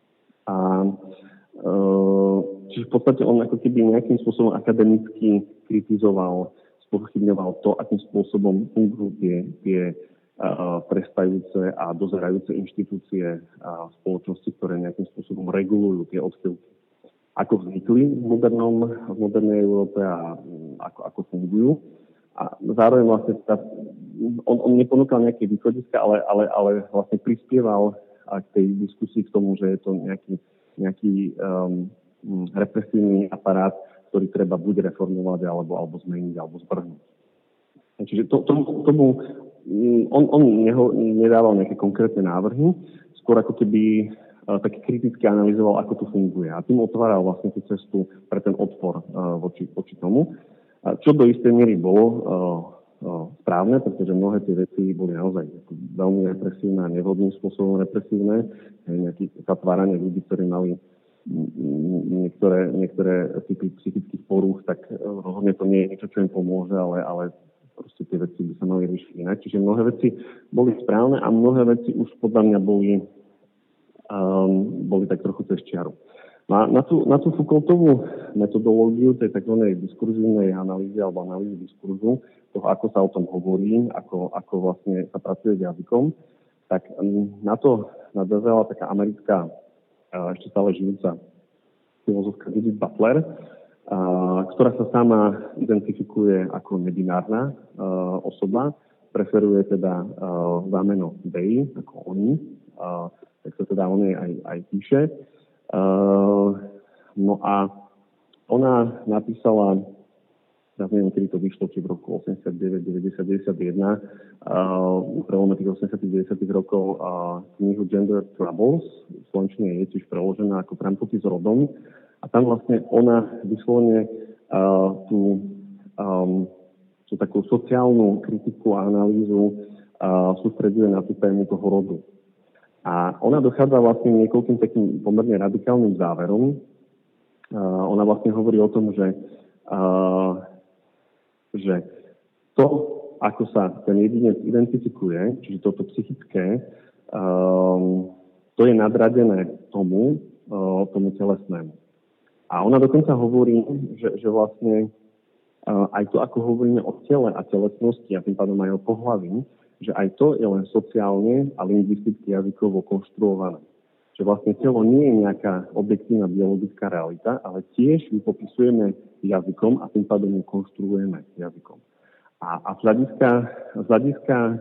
Čiže v podstate on ako keby nejakým spôsobom akademicky kritizoval, spochybňoval to, akým spôsobom fungujú tie prestajúce a dozerajúce inštitúcie spoločnosti, ktoré nejakým spôsobom regulujú tie odchýlky. Ako vznikli v modernej Európe a ako fungujú. A zároveň vlastne on neponúkal nejaké východiska, ale vlastne prispieval k tej diskusii k tomu, že je to nejaký represívny aparát, ktorý treba buď reformovať, alebo zmeniť, alebo zvrhnúť. Čiže tomu on nedával nejaké konkrétne návrhy, skôr ako keby tak kriticky analyzoval, ako to funguje. A tým otváral vlastne tú cestu pre ten odpor voči tomu. Čo do istej miery bolo správne, pretože mnohé tie veci boli naozaj veľmi represívne a nevhodným spôsobom represívne. Nejaké zatváranie ľudí, ktorí mali niektoré typy psychických porúch, tak rozhodne to nie je niečo, čo im pomôže, ale proste tie veci by sa mali riešiť inak. Čiže mnohé veci boli správne a mnohé veci už podľa mňa boli tak trochu cez čiaru. Na tú Foucaultovú metodológiu tej tzv. Diskurzívnej analýzy alebo analýzy diskurzu, toho, ako sa o tom hovorí, ako vlastne sa pracuje s jazykom, tak na to nadviazala taká americká, ešte stále žijúca filozofka Judith Butler, ktorá sa sama identifikuje ako nebinárna osoba, preferuje teda zámeno they, ako oni, tak sa teda o nej aj píše. No a ona napísala, ja neviem, kedy to vyšlo, či v roku 89, 90, 91, prelome tých 80 90 rokov knihu Gender Troubles, v slovenčine je tiež preložená ako Trampoty s rodom. A tam vlastne ona vyslovene tú takú sociálnu kritiku a analýzu sústreďuje na tú tému toho rodu. A ona dochádza vlastne niekoľkým takým pomerne radikálnym záverom. Ona vlastne hovorí o tom, že to, ako sa ten jedinec identifikuje, čiže toto psychické, to je nadradené tomu telesnému. A ona dokonca hovorí, že vlastne aj to, ako hovoríme o tele a telesnosti a tým pádom aj o pohlaví, že aj to je len sociálne a lingvisticky jazykovo konštruované. Že vlastne telo nie je nejaká objektívna biologická realita, ale tiež ju popisujeme jazykom a tým pádom ju konštruujeme jazykom. A z hľadiska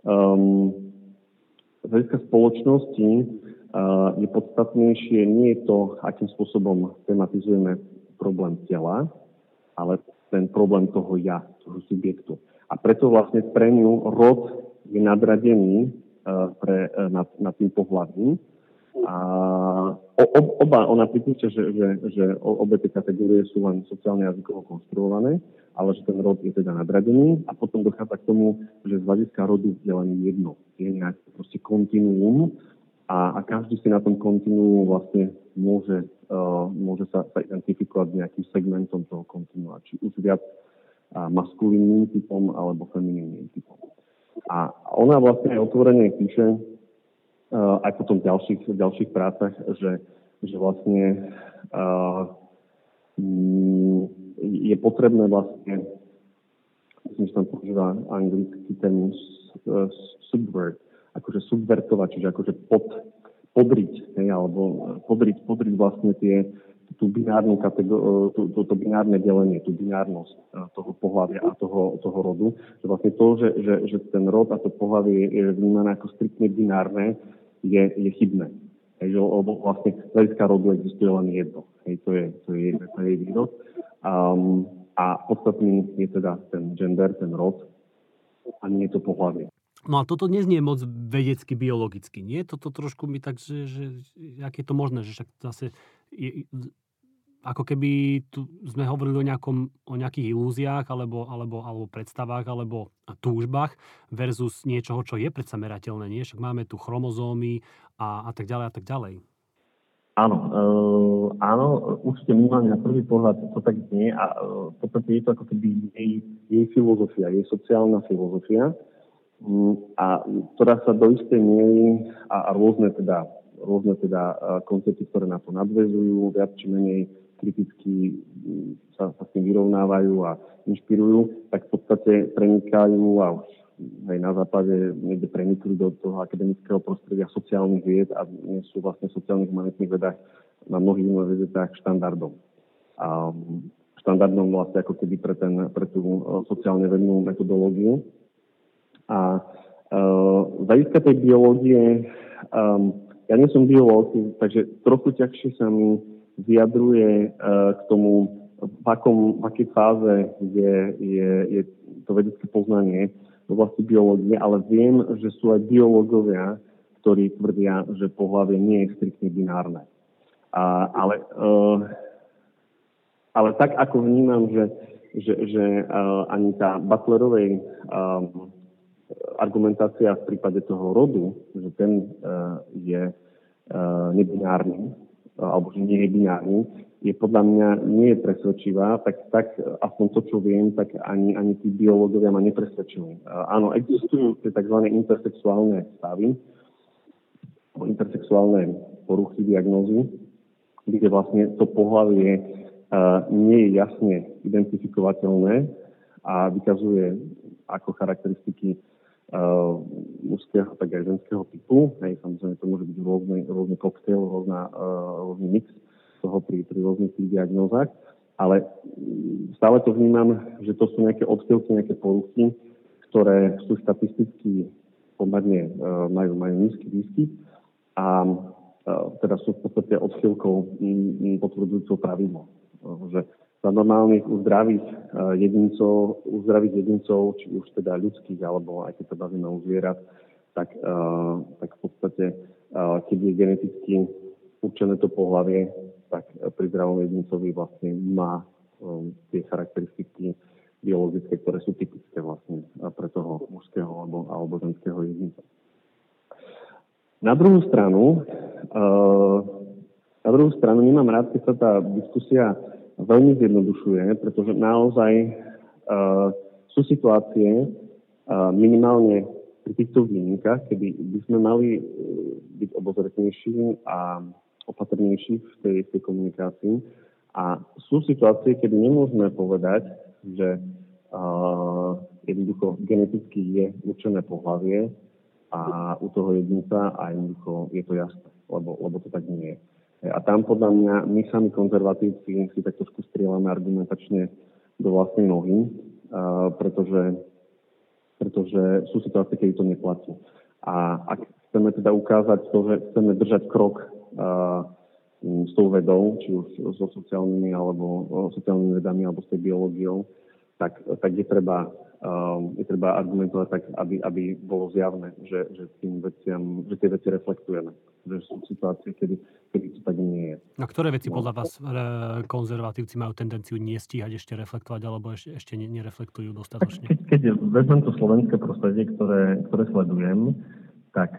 spoločnosti je podstatnejšie nie to, akým spôsobom tematizujeme problém tela, ale ten problém toho ja, toho subjektu. A preto vlastne pre ňu rod je nadradený nad tým pohľadím. A ona pripúšťa, že obe tie kategórie sú len sociálne jazykovo konštruované, ale že ten rod je teda nadradený a potom dochádza k tomu, že z hľadiska rodu je len jedno. Je nejaké proste kontinuum a každý si na tom kontinuu vlastne môže sa identifikovať s nejakým segmentom toho kontinua, či už viac maskulínnym typom alebo feminínnym typom. A ona vlastne otvorene píše aj potom v ďalších prácach, že vlastne je potrebné vlastne, myslím, že tam používa anglický termín subvert, akože subvertovať, čiže akože podriť, alebo podriť vlastne tú binárnu to binárne delenie, tú binárnosť toho pohlavia a toho rodu. Že vlastne to, že ten rod a to pohlavie je vnímané ako striktne binárne, je chybné. Hej, lebo vlastne z hľadiska rodu existuje len jedno. Hej, to je jej výrok. A podstatný je teda ten gender, ten rod, a nie to pohlavie. No a toto neznie moc vedecky, biologicky, nie? Toto trošku mi tak, že jak je to možné, že však zase ako keby tu sme hovorili o nejakých ilúziách alebo predstavách alebo túžbách versus niečoho, čo je predsa merateľné, nie? Však máme tu chromozómy a tak ďalej a tak ďalej. Áno, určite minimálne na prvý pohľad to tak nie a v podstate je to ako keby jej filozofia, jej sociálna filozofia, a ktorá sa do istej miery a rôzne teda koncepty, ktoré na to nadväzujú, viac či menej kriticky sa s tým vyrovnávajú a inšpirujú, tak v podstate prenikajú a už aj na západe niekde prenikli do toho akademického prostredia sociálnych vied a nie sú vlastne v sociálnych humanitných vedách na mnohých univerzitách štandardom. Štandardom vlastne ako keby pre tú sociálne vednú metodológiu. A z hľadiska tej biológie, ja nie som biológ, takže trochu ťažšie sa mi vyjadruje k tomu, v akej fáze je to vedecké poznanie v oblasti biológie, ale viem, že sú aj biológovia, ktorí tvrdia, že pohlavie nie je striktne binárne. Ale tak ako vnímam, že ani tá Butlerovej argumentácia v prípade toho rodu, že ten je nebinárny, alebo že nie je binárny, je podľa mňa nie je presvedčivá, tak aspoň to, čo viem, tak ani tí biológovia ma nepresvedčujú. Áno, existujú tie tzv. Intersexuálne stavy, intersexuálne poruchy, diagnózy, kde vlastne to pohlavie nie je jasne identifikovateľné a vykazuje ako charakteristiky mužského, tak aj ženského typu. Hej, samozrejme, to môže byť rôzny koktail, rôzny mix toho pri rôznych tých diagnózach, ale stále to vnímam, že to sú nejaké odchýlky, nejaké poruchy, ktoré sú štatisticky pomerne majú nízky výskyt a teda sú v podstate odchýlkou potvrdzujúcou pravidlo. Že za normálnych uzdravých jedincov, či už teda ľudských, alebo aj keď sa bavíme o zvierat, tak v podstate, keď je geneticky určené to pohlavie, tak pri zdravom jedincovi vlastne má tie charakteristiky biologické, ktoré sú typické vlastne pre toho mužského alebo ženského jedinca. Na druhú stranu nemám rád, keď sa tá diskusia veľmi zjednodušuje, pretože naozaj sú situácie minimálne pri týchto výnimkách, kedy by sme mali byť obozretnejší a opatrnejší v tej komunikácii. A sú situácie, kedy nemôžeme povedať, že jednoducho geneticky je určené pohlavie a u toho jedinca a jednoducho je to jasné, lebo to tak nie je. A tam podľa mňa my sami konzervatívci si tak trošku strieľame argumentačne do vlastnej nohy, pretože sú situácie, keď to neplatí. A ak chceme teda ukázať to, že chceme držať krok s tou vedou, či už so sociálnymi alebo sociálnymi vedami alebo s tej biológiou, tak je treba argumentovať tak, aby bolo zjavné, že tie veci reflektujeme. Že sú situácie, kedy to tak nie je. A ktoré veci podľa vás konzervatívci majú tendenciu nestíhať ešte reflektovať, alebo ešte nereflektujú dostatočne? Keď vezmem to slovenské prostredie, ktoré sledujem, tak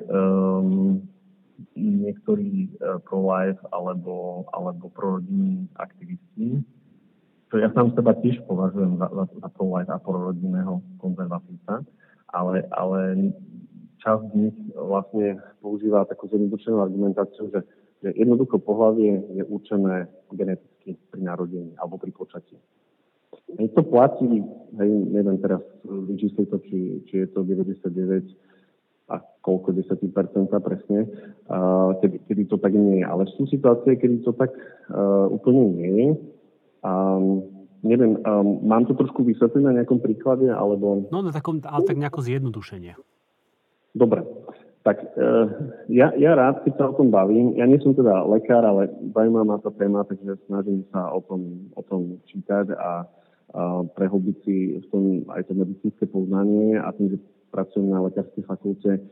niektorí pro-life alebo prorodinní aktivisti, čo ja sám seba tiež považujem za pro-life a prorodinného konzervatívca, ale časť z nich vlastne používa takú zjednodušenú argumentáciu, že jednoducho pohlavie je určené geneticky pri narodení alebo pri počatí. Hej, to platí, neviem teraz vyčísliť to, či je to 99 a koľko 10% presne, kedy to tak nie je. Ale sú situácie, kedy to tak úplne nie je. Neviem, mám to trošku vysvetliť na nejakom príklade, alebo... No, ale tak nejako zjednodušenie. Dobre. Tak ja rád, keď sa o tom bavím, ja nie som teda lekár, ale zaujímavá ma tá téma, takže snažím sa o tom čítať a prehlbiť si v tom aj to medicínske poznanie a tým, že pracujem na lekárskej fakulte,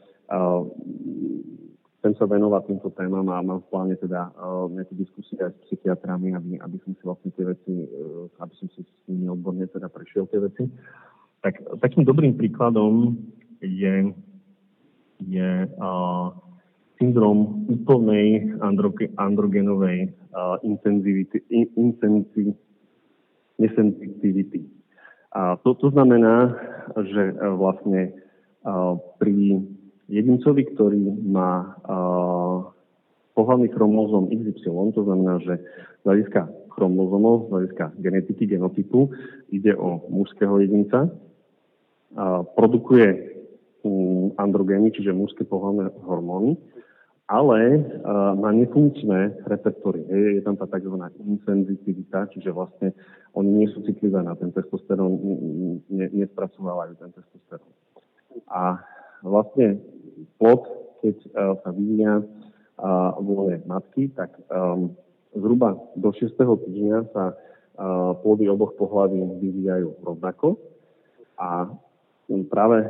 chcem sa venovať týmto témam a mám v pláne teda nejaké diskusie aj s psychiatrami, aby som si vlastne tie veci, aby som si s nimi odborne teda prešiel tie veci. Tak takým dobrým príkladom je syndrom úplnej androgenovej nesenzitivity. To znamená, že vlastne pri jedincovi, ktorý má pohlavný chromozóm XY, to znamená, že z hľadiska chromozómov, z hľadiska genetiky, genotypu, ide o mužského jedinca, produkuje androgény, čiže mužské pohlavné hormóny, ale má nefunkčné receptory. Je tam tá tzv. Insenzitivita, čiže vlastne oni nie sú citlivé na ten testosterón, nespracovávajú ten testosterón. A vlastne plod, keď sa vyvíja v lone matky, tak zhruba do 6. týždňa sa plody oboch pohlaví vyvíjajú rovnako a práve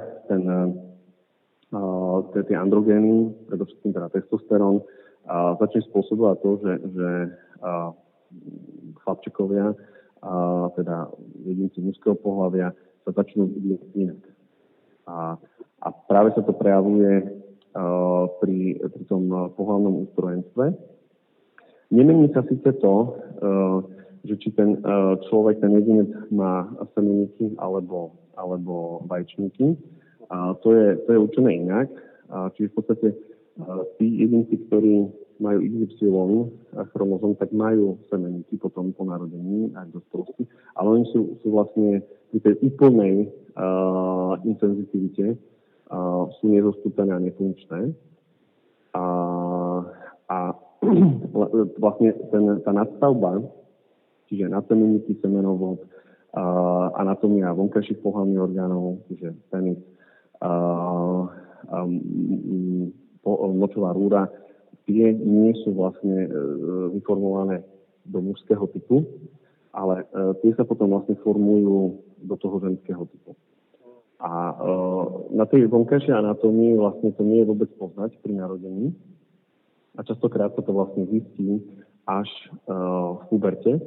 tie androgény, predovšetkým teda testosterón, začne spôsobovať to, že chlapčekovia, teda jedinci mužského pohlavia, sa začnú vyvíjať inak. A práve sa to prejavuje pri tom pohlavnom ústrojenstve. Nemení sa síce to, že či ten človek, ten jedinec má semeníky alebo vajčníky. To je určené inak. Čiže v podstate tí jedinci, ktorí majú XY chromozóm, tak majú semeníky potom po narodení aj v dospelosti, ale oni sú vlastne pri tej úplnej insenzitivite sú nezostúpené a nefunkčné. A vlastne tá nadstavba, čiže nadsemeníky, semenovod, anatómia vonkajších pohlavných orgánov, čiže penis, močová rúra, tie nie sú vlastne vyformované do mužského typu, ale tie sa potom vlastne formujú do toho ženského typu. A na tej vonkajšej anatómii vlastne to nie je vôbec poznať pri narodení a častokrát sa to vlastne zistí až v puberte,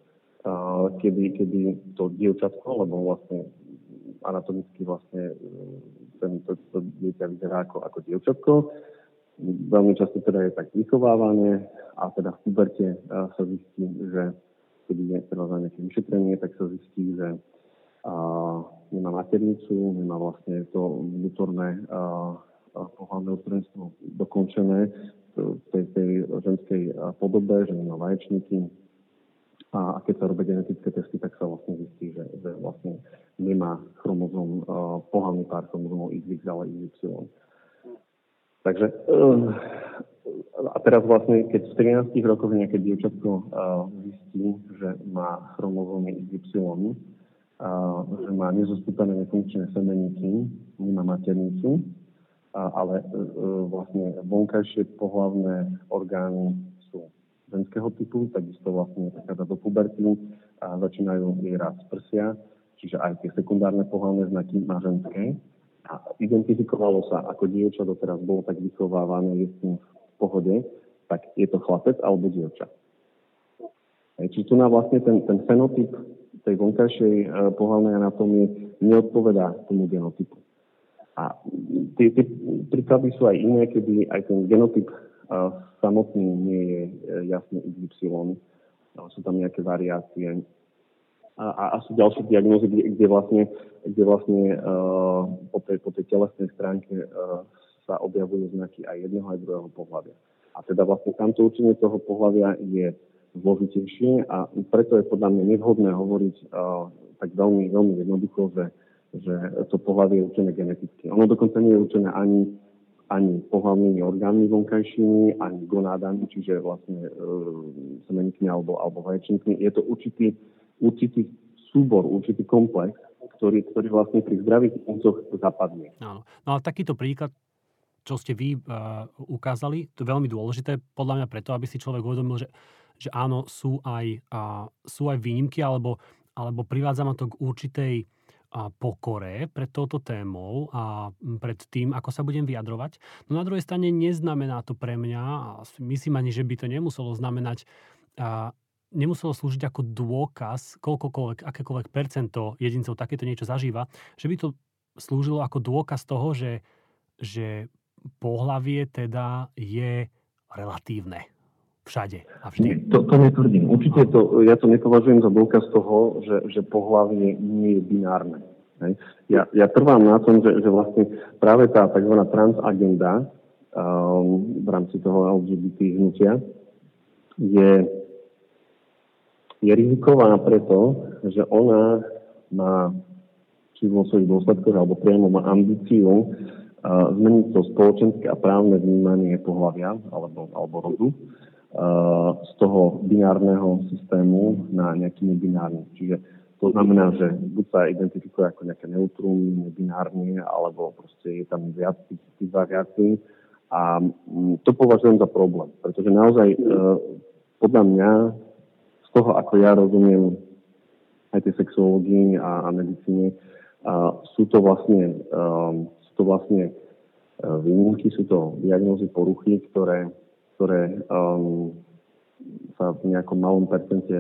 kedy to dievčatko, lebo vlastne anatomicky vlastne to dieťa vyzerá ako dievčatko. Veľmi často teda je tak vychovávané a teda v puberte sa zistí, že keď je teda za nejaké vyšetrenie, tak sa zistí, že nemá maternicu, nemá vlastne to vnútorné pohlavné ústrojenstvo dokončené v tej ženskej podobe, že nemá vaječníky. A keď sa robia genetické testy, tak sa vlastne zistí, že vlastne nemá chromozóm, pohlavný pár chromozómov XX, ale XY. Takže a teraz vlastne, keď v 13 rokoch nejaké dievčatko zistí, že má chromozómy XY, že má nezostúpené nefunkčné semeníky, nemá maternicu, ale vlastne vonkajšie pohlavné orgány sú ženského typu, takisto vlastne prechádza do puberty a začínajú jej rásť prsia, čiže aj tie sekundárne pohlavné znaky má ženské a identifikovalo sa, ako dievča doteraz bolo tak vychovávané, je s tým v pohode, tak je to chlapec alebo dievča. Čiže tu nám vlastne ten fenotyp tej vonkajšej pohlavnej anatómie neodpovedá tomu genotypu. A tie príklady sú aj iné, kedy aj ten genotyp samotný nie je jasne XY, ale sú tam nejaké variácie. A sú ďalšie diagnózy, kde vlastne po tej telesnej stránke sa objavujú znaky aj jedného, aj druhého pohlavia. A teda vlastne tamto určenie toho pohlavia je zložitejšie a preto je podľa mňa nevhodné hovoriť tak veľmi, veľmi jednoducho, že to pohlavie je určené geneticky. Ono dokonca nie je určené ani pohlavnými orgánmi vonkajšími, ani gonádami, čiže vlastne semeníkmi alebo vaječníkmi. Je to určitý súbor, určitý komplex, ktorý vlastne pri zdravých jedincoch zapadne. Áno. No a takýto príklad, čo ste vy ukázali, to je veľmi dôležité, podľa mňa preto, aby si človek uvedomil, že áno, sú aj výnimky, alebo privádza ma to k určitej pokore pred touto témou a pred tým, ako sa budem vyjadrovať. No na druhej strane neznamená to pre mňa, a myslím ani, že by to nemuselo znamenať, nemuselo slúžiť ako dôkaz, akékoľvek percento jedincov takéto niečo zažíva, že by to slúžilo ako dôkaz toho, že pohlavie teda je relatívne všade a vždy. To netvrdím. Určite ja to nepovažujem za dôkaz toho, že pohlavie nie je binárne. Hej. Ja trvám na tom, že vlastne práve tá tzv. Transagenda v rámci toho LGBT hnutia je riziková preto, že ona má, či vo svojich dôsledkoch, alebo priamo má ambíciu zmeniť to spoločenské a právne vnímanie pohlavia alebo rodu z toho binárneho systému na nejaký nebinárny. Čiže to znamená, že buď sa identifikuje ako nejaké neutrum, nebinárne, alebo proste je tam viac tých variácií. A to považujem za problém, pretože naozaj podľa mňa z toho, ako ja rozumiem aj tej sexuológii a medicíne, sú to vlastne výnimky, sú to diagnózy poruchy, ktoré sa v nejakom malom percente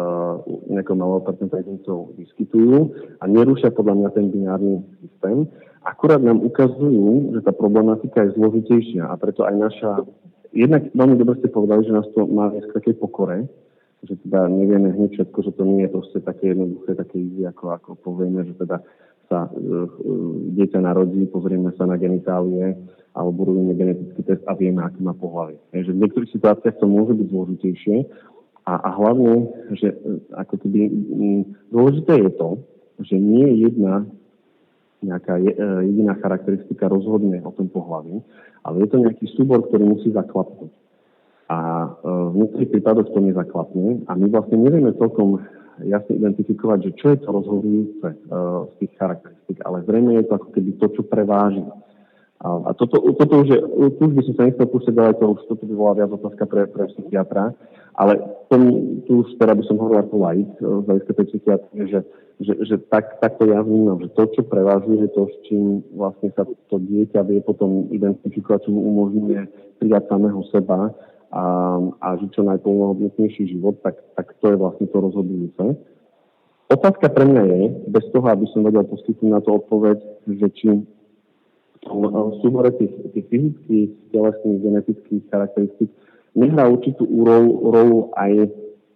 jedincov vyskytujú a nerušia podľa mňa ten binárny systém. Akurát nám ukazujú, že tá problematika je zložitejšia a preto aj jednak veľmi dobre ste povedali, že nás to má viesť k takej pokore, že teda nevieme hneď všetko, že to nie je proste také jednoduché, také easy, ako povieme, že teda sa dieťa narodí, pozrieme sa na genitálie alebo robíme genetický test a vieme, aký má pohlavie. Takže v niektorých situáciách to môže byť zložitejšie a hlavne, že ako keby dôležité je to, že nie je nejaká jediná charakteristika rozhodne o tom pohlaví, ale je to nejaký súbor, ktorý musí zaklapnúť. A v niektorých prípadoch to nezaklapne a my vlastne nevieme celkom jasne identifikovať, že čo je to rozhodujúce z tých charakteristik, ale zrejme je to ako keby to, čo preváži. A toto už je, tu už by som sa nechcel púšťať ďalej, toto by bola viac otázka pre psychiatra, ale tu už teda by som hovoril ako laik z hľadiska tej psychiatrie, že takto ja vnímam, že to, čo prevážuje, je to, s čím vlastne sa to dieťa vie potom identifikovať, čo mu umožňuje prijať samého seba a žiť čo najplnohodnotnejší život, tak to je vlastne to rozhodujúce. Otázka pre mňa je, bez toho, aby som vedel poskytnúť na to odpoveď, že či v súbore tých fyzických, telesných, genetických charakteristík nehrá určitú rolu aj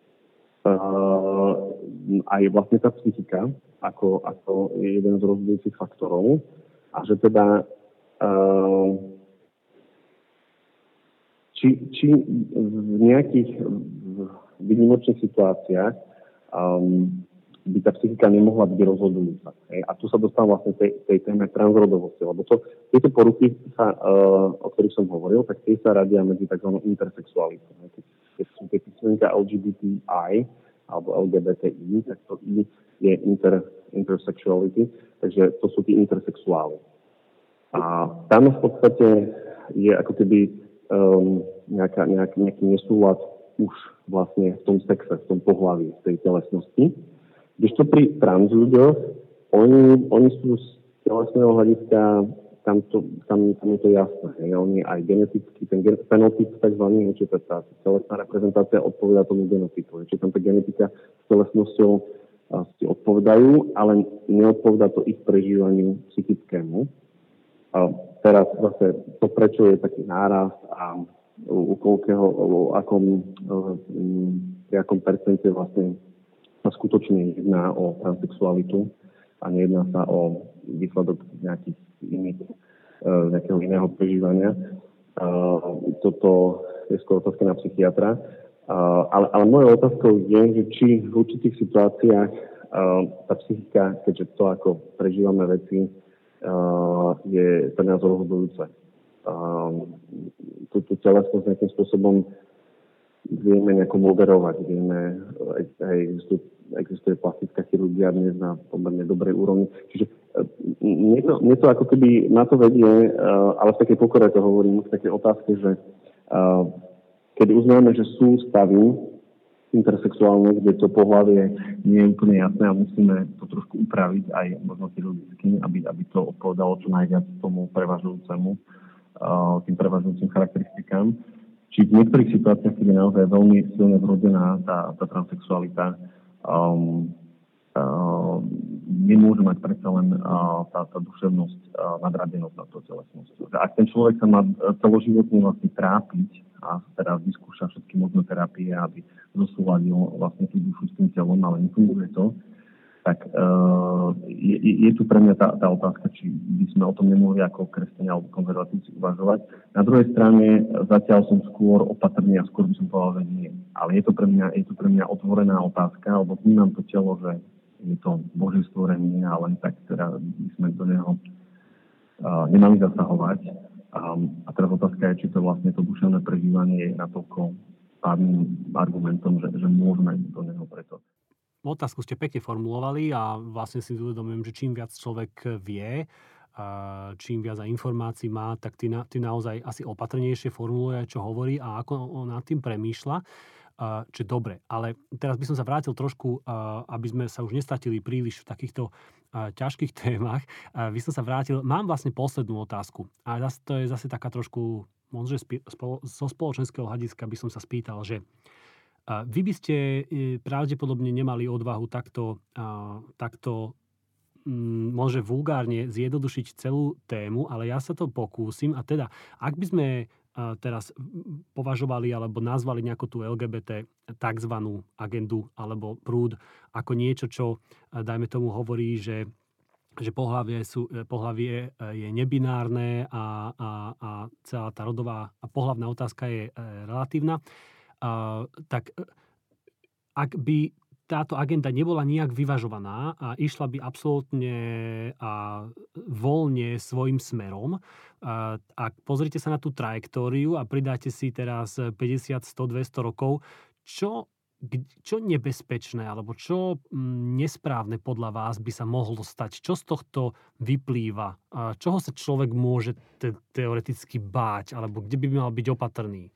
vlastne tá psychika ako jeden z rozhodujúcich faktorov a že teda či v nejakých výnimočných situáciách by tá psychika nemohla byť rozhodujúca. A tu sa dostávam vlastne tej téme transrodovosti, lebo tieto poruchy, o ktorých som hovoril, tak tie sa radia medzi tzv. Intersexualitou. Keď sú tie písmenka LGBTI alebo LGBTI, tak to I je intersexuality, takže to sú tí intersexuáli. A tam v podstate je ako keby nejaký nesúlad už vlastne v tom sexe, v tom pohlaví, v tej telesnosti, Kdežto pri trans ľuďoch, oni sú z telesného hľadiska, tam je to jasné. Oni aj geneticky, ten fenotyp takzvaný, či tá telesná reprezentácia odpovedá tomu genotypu. Či tam tá genetika s telesnosťou si odpovedajú, ale neodpovedá to ich prežívaniu psychickému. A teraz zase to, prečo je taký nárast a u koľkého, pri akom percente vlastne sa skutočne jedná o transsexualitu a nejedná sa o výsledok nejakého iného prežívania. Toto je skôr otázka na psychiatra. Ale mojou otázkou je, že či v určitých situáciách tá psychika, keďže to, ako prežívame veci, je pre nás rozhodujúce. Tú telesnosť nejakým spôsobom vieme nejako moderovať. Existuje plastická chirurgia dnes na pomerne dobrej úrovni. Čiže mne to ako keby na to vedie, ale v takej pokore to hovorím, v takej otázke, že keď uznáme, že sú stavy intersexuálne, kde to pohlavie nie je úplne jasné a musíme to trošku upraviť aj možno chirurgicky, aby to odpovedalo čo najviac tomu tým prevažujúcim charakteristikám. Či v niektorých situáciách, keď je naozaj veľmi silne vrodená tá transsexualita, nemôže mať predsa len tá duševnosť nadradenosť na tú telesnosť. Ak ten človek sa má celoživotne vlastne trápiť a teraz vyskúša všetky možné terapie, aby zosúladil vlastne tú dušu s tým telom, ale nefunguje to, tak je tu pre mňa tá otázka, či by sme o tom nemohli ako kresťania alebo konzervatívci uvažovať. Na druhej strane zatiaľ som skôr opatrný a skôr by som povedal, že nie. Ale je to pre mňa otvorená otázka, lebo vnímam to telo, že je to Božie stvorenie a len tak teda by sme do neho nemali zasahovať. A teraz otázka je, či to vlastne to duševné prežívanie je natoľko pádnym argumentom, že môžeme do neho preto. Otázku ste pekne formulovali a vlastne si uvedomujem, že čím viac človek vie, čím viac informácií má, tak tým naozaj asi opatrnejšie formuluje, čo hovorí a ako nad tým premýšľa. Čo dobre, ale teraz by som sa vrátil trošku, aby sme sa už nestratili príliš v takýchto ťažkých témach. By som sa vrátil, mám vlastne poslednú otázku a to je zase taká trošku, možno zo spoločenského hľadiska by som sa spýtal, že vy by ste pravdepodobne nemali odvahu takto môže vulgárne zjednodušiť celú tému, ale ja sa to pokúsim. A teda, ak by sme teraz považovali alebo nazvali nejakú tú LGBT takzvanú agendu alebo prúd ako niečo, čo dajme tomu hovorí, že pohlavie je nebinárne a celá tá rodová a pohlavná otázka je relatívna, tak ak by táto agenda nebola nejak vyvažovaná a išla by absolútne a voľne svojim smerom, ak pozrite sa na tú trajektóriu a pridáte si teraz 50, 100, 200 rokov, čo nebezpečné alebo čo nesprávne podľa vás by sa mohlo stať? Čo z tohto vyplýva? Čoho sa človek môže teoreticky báť alebo kde by mal byť opatrný?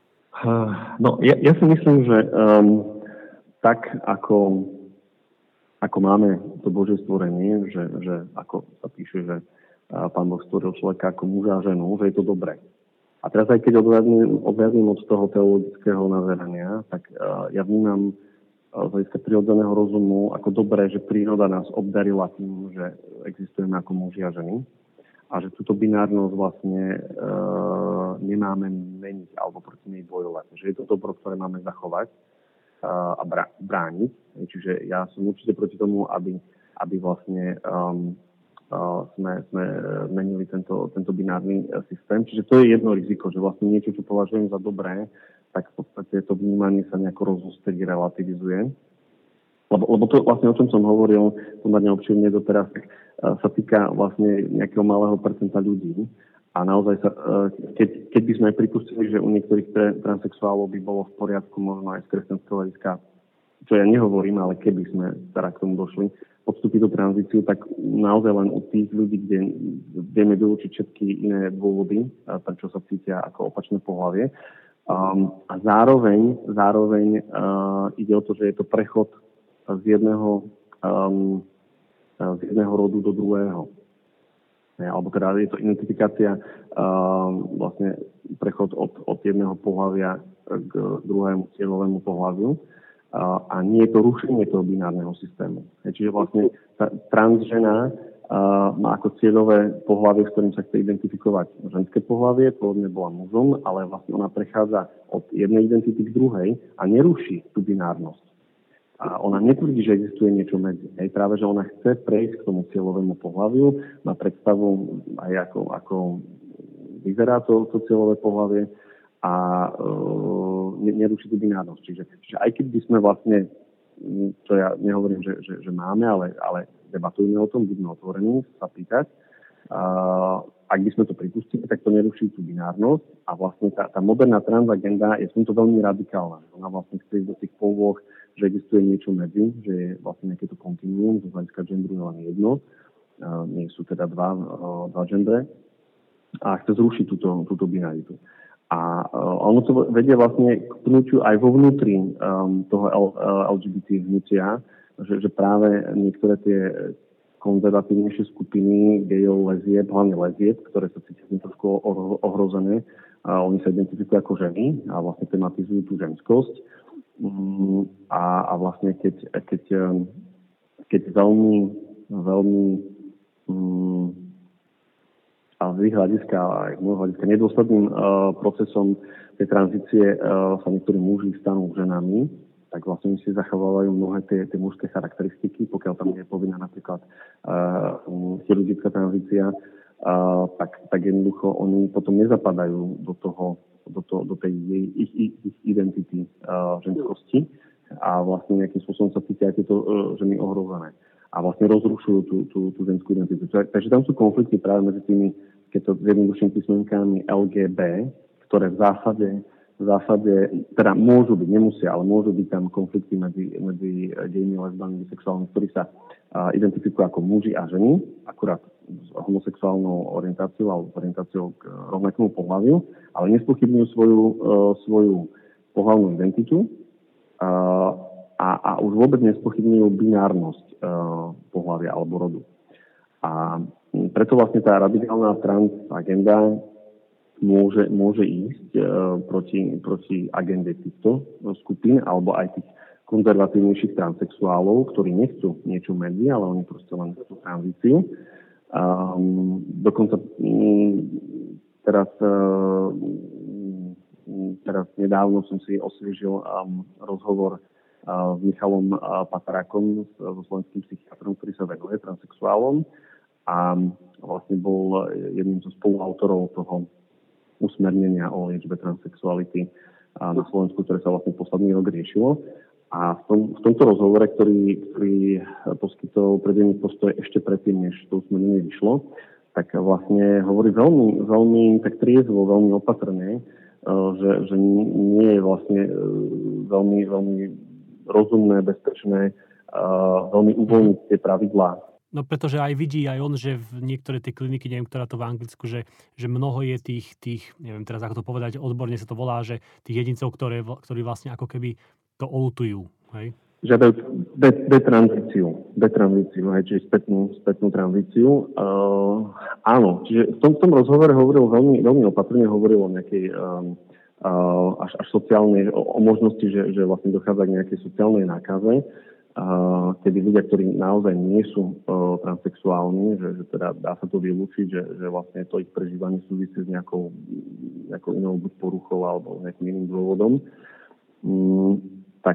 No, ja si myslím, že tak ako máme to Božie stvorenie, že ako sa píše, že Pán Boh stvoril človeka ako muža a ženu, že je to dobré. A teraz aj keď odviaznem od toho teologického nazerania, tak ja vnímam z hľadiska prirodzeného rozumu ako dobré, že príroda nás obdarila tým, že existujeme ako muži a ženy. A že túto binárnosť vlastne nemáme meniť alebo proti nej bojovať. Že je to dobro, ktoré máme zachovať a brániť. Čiže ja som určite proti tomu, aby vlastne sme menili tento binárny systém. Čiže to je jedno riziko, že vlastne niečo, čo považujem za dobré, tak v podstate to vnímanie sa nejako rozústredí, relativizuje. Lebo to vlastne, o čom som hovoril pomerne obširne doteraz, sa týka vlastne nejakého malého percenta ľudí. A naozaj keď by sme pripustili, že u niektorých transsexuálov by bolo v poriadku, možno aj z kresťanského hľadiska, čo ja nehovorím, ale keby sme teda k tomu došli, podstúpiť do tranzíciu, tak naozaj len u tých ľudí, kde vieme vylúčiť všetky iné dôvody, prečo sa cítia ako opačné pohlavie. A zároveň ide o to, že je to prechod z jedného z jedného rodu do druhého. Alebo teda je to identifikácia, vlastne prechod od jedného pohlavia k druhému cieľovému pohłaviu. A nie je to rušenie toho binárneho systému. Čiže vlastne tá transžena má ako cieľové pohlavie, s ktorým sa chce identifikovať ženské pohlavie, pôvodne bola mužom, ale vlastne ona prechádza od jednej identity k druhej a neruší tú binárnosť. A ona netvrdí, že existuje niečo medzi. Práve, že ona chce prejsť k tomu cieľovému pohłaviu, má predstavu aj ako vyzerá to cieľové pohlavie a neruší tú binárnosť. Čiže aj keď by sme vlastne, čo ja nehovorím, že máme, ale debatujeme o tom, budeme otvorení sa pýtať. Ak by sme to pripustili, tak to neruší tú binárnosť a vlastne tá moderná transagenda je v tomto veľmi radikálna. Ona vlastne chce ísť do tých polôch, že existuje niečo medzi, že je vlastne nejaké to kontinuum, z hľadiska genderu je len jedno, nie sú teda dva gendre a chce zrušiť túto binaritu. A ono to vedie vlastne k pnutiu aj vo vnútri toho LGBT hnutia, že práve niektoré tie konzervatívnejšie skupiny gejov, lezieb, hlavne lezieb, ktoré sa cítia trošku ohrozené, oni sa identifikujú ako ženy a vlastne tematizujú tú ženskosť. A vlastne keď veľmi a z ich hľadiska, aj z môjho hľadiska, nedôsledným procesom tej tranzície sa niektorí muži stanú ženami, tak vlastne si zachovávajú mnohé tie mužské charakteristiky, pokiaľ tam je povinná napríklad chirurgická tranzícia, tak jednoducho oni potom nezapadajú do tej ich identity ženskosti a vlastne nejakým spôsobom sa cítia aj tieto ženy ohrozené. A vlastne rozrušujú tú ženskú identitu. Takže tam sú konflikty práve medzi tými, keď to jednoduchšími písmenkami LGB, ktoré v zásade teda môžu byť, nemusia, ale môžu byť tam konflikty medzi gejmi, lesbami, bisexuálnymi, ktorí sa identifikujú ako muži a ženy, akurát s homosexuálnou orientáciou alebo orientáciou k rovnakému pohľaviu, ale nespochybňujú svoju pohlavnú identitu a už vôbec nespochybňujú binárnosť pohlavia alebo rodu. A preto vlastne tá radikálna transagenda môže ísť proti agende týchto skupín alebo aj tých konzervatívnejších transsexuálov, ktorí nechcú niečo medzi, ale oni proste len chcú tranzíciu. Dokonca teraz nedávno som si osviežil rozhovor s Michalom Patarákom, so slovenským psychiatrom, ktorý sa venuje transsexuálom a vlastne bol jedným zo spoluautorov toho usmernenia o liečbe transsexuality na Slovensku, ktoré sa vlastne posledný rok riešilo. A v tomto rozhovore, ktorý poskytol predjedný postoj ešte predtým, než to usmernenie vyšlo, tak vlastne hovorí veľmi, veľmi tak triezvo, veľmi opatrne, že nie je vlastne veľmi, veľmi rozumné, bezpečné, veľmi uvoľniť tie pravidlá. No pretože aj vidí aj on, že v niektoré tie kliniky, neviem, ktorá to v Anglicku, že mnoho je tých, neviem teraz ako to povedať, odborne sa to volá, že tých jedincov, ktorí vlastne ako keby to olutujú, hej? Žiadajú detranzíciu, hej, čiže spätnú tranzíciu. Áno, čiže v tom rozhovore hovoril veľmi, veľmi opatrne, hovoril o nejakej až sociálnej, o možnosti, že vlastne dochádza k nejakej sociálnej nákaze, kedy ľudia, ktorí naozaj nie sú transsexuálni, že teda dá sa to vylúčiť, že vlastne to ich prežívanie súvisí s nejakou inou buď poruchou alebo nejakým iným dôvodom, tak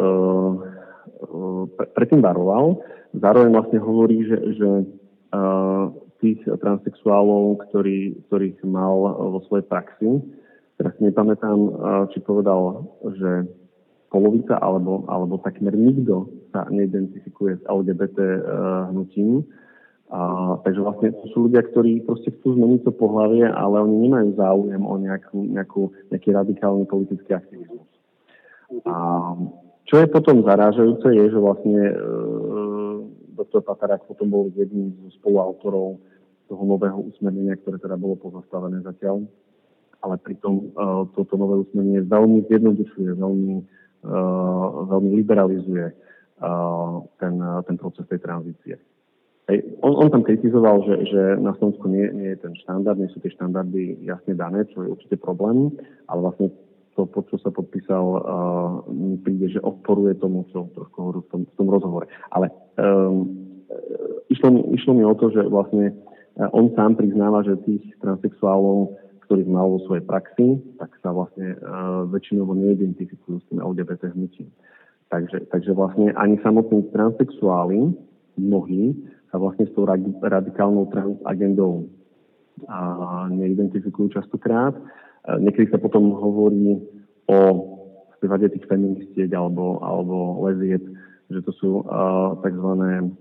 predtým varoval. Zároveň vlastne hovorí, že tých transsexuálov, ktorých mal vo svojej praxi, teraz si nepamätám, či povedal, že polovica alebo takmer nikto sa neidentifikuje s LGBT hnutím. Takže vlastne to sú ľudia, ktorí proste chcú zmeniť to pohlavie, ale oni nemajú záujem o nejaký radikálny politický aktivizmus. A čo je potom zarážajúce, je, že vlastne doktor Patarák potom bol jedným zo spoluautorov toho nového usmernenia, ktoré teda bolo pozastavené zatiaľ. Ale pritom toto nové usmernenie veľmi zjednodušuje, veľmi liberalizuje ten proces tej tranzície. On tam kritizoval, že na Slovensku nie je ten štandard, nie sú tie štandardy jasne dané, čo je určite problém, ale vlastne to, pod čo sa podpísal, mi príde, že odporuje tomu, čo trošku hovoril v tom rozhovore. Ale išlo mi o to, že vlastne on sám priznáva, že tých transsexuálov, ktorých mal vo svojej praxi, tak sa vlastne väčšinovo neidentifikujú s tým LGBT hnutím. Takže vlastne ani samotní transsexuáli, mnohí, sa vlastne s tou radikálnou transagendou neidentifikujú častokrát. Niekedy sa potom hovorí o prípade tých feministiek alebo lesbiet, že to sú tzv.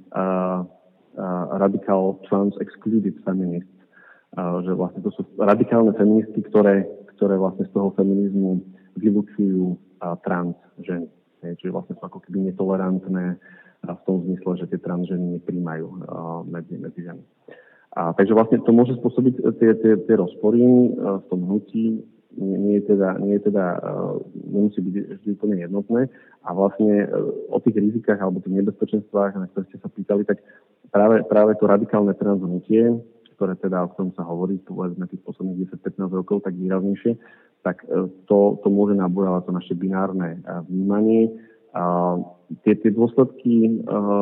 Radical trans excluded feminists. Že vlastne to sú radikálne feministky, ktoré vlastne z toho feminizmu vylučujú trans ženy. Čiže vlastne sú ako keby netolerantné v tom zmysle, že tie trans ženy nepríjmajú medzi ženy. Takže vlastne to môže spôsobiť tie rozpory v tom hnutí, nemusí byť vždy úplne jednotné. A vlastne o tých rizikách alebo tých nebezpečenstvách, na ktoré ste sa pýtali, tak práve to radikálne trans hnutie, ktoré teda, o ktorom sa hovorí, povedzme tých posledných 10-15 rokov, tak výraznejšie, tak to môže nabúravať to naše binárne vnímanie. Tie dôsledky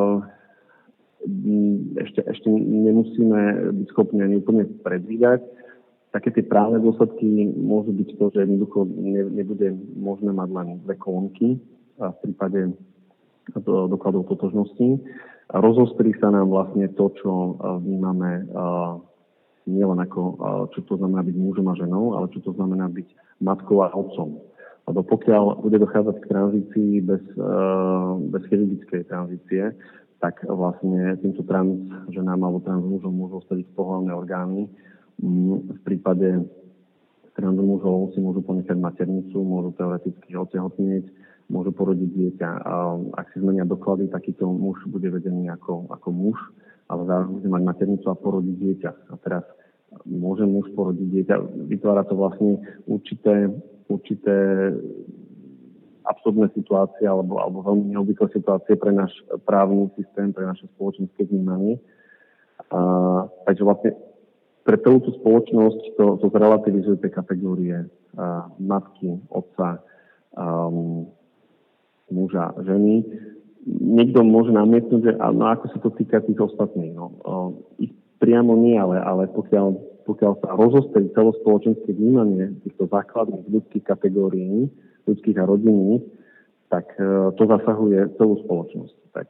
ešte nemusíme byť schopní ani úplne predvídať. Také tie právne dôsledky môžu byť to, že jednoducho nebude možné mať len dve kolónky v prípade dokladov totožnosti. Rozostrí sa nám vlastne to, čo vnímame nielen ako, čo to znamená byť mužom a ženou, ale čo to znamená byť matkou a otcom. Lebo pokiaľ bude dochádzať k tranzícii bez chirurgickej tranzície, tak vlastne týmto trans ženám alebo trans mužom môžu ostať pohlavné orgány. V prípade trans mužov si môžu ponechať maternicu, môžu teoreticky otehotnieť, môžu porodiť dieťa. Ak si zmenia doklady, takýto muž bude vedený ako muž, ale zároveň bude mať maternicu a porodiť dieťa. A teraz môže muž porodiť dieťa. Vytvára to vlastne určité absurdné situácie alebo veľmi neobvyklé situácie pre náš právny systém, pre naše spoločenské vnímanie. Takže vlastne pre celú tú spoločnosť to zrelativizuje tie kategórie matky, otca, muža, ženy. Niekto môže namietnúť, že ako sa to týka tých ostatných. Ich priamo nie, ale pokiaľ sa rozostrí celospoločenské vnímanie týchto základných ľudských kategórií, ľudských a rodinných, tak to zasahuje celú spoločnosť. Tak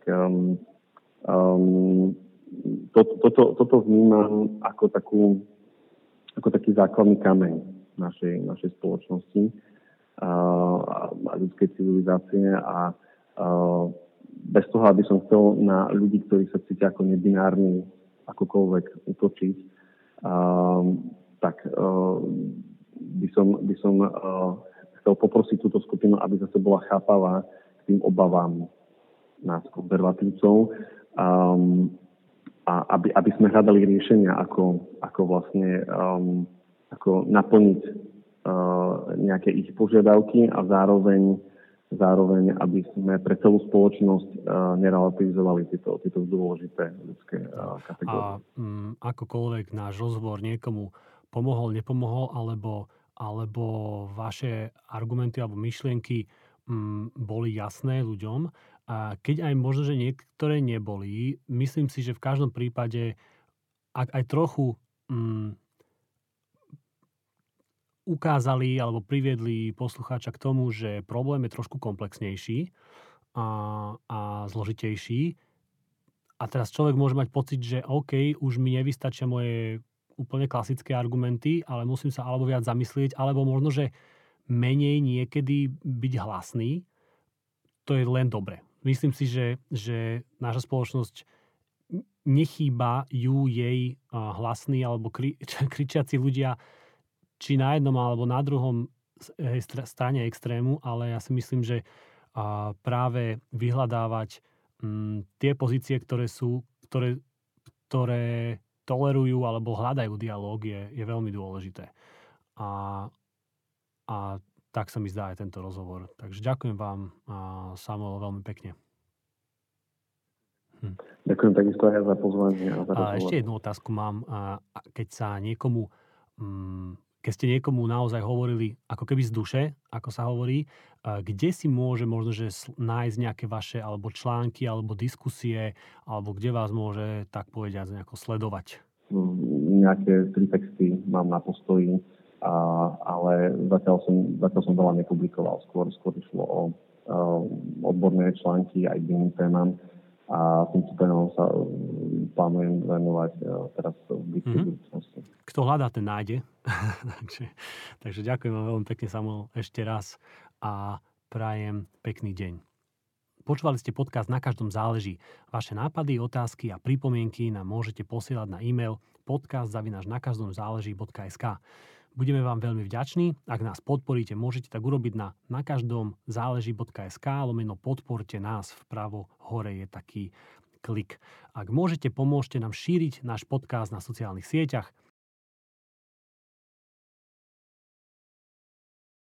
toto vnímam ako taký základný kameň našej spoločnosti a ľudskej civilizácie a bez toho, aby som chcel na ľudí, ktorí sa cítia ako nebinárni, akokoľvek utočiť, tak by som chcel poprosiť túto skupinu, aby zase bola chápavá k tým obavám nás konzervatívcov a aby sme hľadali riešenia, ako vlastne ako naplniť nejaké ich požiadavky a zároveň aby sme pre celú spoločnosť nerelativizovali tieto dôležité ľudské kategórie. A akokoľvek náš rozhovor niekomu pomohol, nepomohol, alebo vaše argumenty alebo myšlienky boli jasné ľuďom, a keď aj možno, že niektoré neboli, myslím si, že v každom prípade, ak aj trochu ukázali alebo priviedli poslucháča k tomu, že problém je trošku komplexnejší a zložitejší. A teraz človek môže mať pocit, že OK, už mi nevystačia moje úplne klasické argumenty, ale musím sa alebo viac zamyslieť, alebo možno, že menej niekedy byť hlasný. To je len dobre. Myslím si, že naša spoločnosť nechýba jej hlasní alebo kričiaci ľudia, či na jednom alebo na druhom strane extrému, ale ja si myslím, že práve vyhľadávať tie pozície, ktoré tolerujú alebo hľadajú dialóg, je veľmi dôležité. A tak sa mi zdá aj tento rozhovor. Takže ďakujem vám, Samuel, veľmi pekne. Ďakujem takisto aj za pozvanie a za rozhovor. Ešte jednu otázku mám. Keď sa niekomu, keď ste niekomu naozaj hovorili ako keby z duše, ako sa hovorí, kde si môže možno, že nájsť nejaké vaše alebo články, alebo diskusie, alebo kde vás môže, tak povediať, nejako sledovať? Nejaké 3 texty mám na Postoji, ale zatiaľ som veľa nepublikoval. Skôr išlo o odborné články aj k iným témam. A týmto témam sa plánujem venovať teraz v blízkej budúcnosti. Kto hľadá, ten nájde. takže ďakujem vám veľmi pekne, Samuel, ešte raz a prajem pekný deň. Počúvali ste podcast Na každom záleží. Vaše nápady, otázky a pripomienky nám môžete posielať na e-mail podcast@nakaždomzáleží.sk. Budeme vám veľmi vďační. Ak nás podporíte, môžete tak urobiť na nakaždomzáleží.sk/podporte nás. Vpravo hore je taký klik. Ak môžete, pomôžte nám šíriť náš podcast na sociálnych sieťach.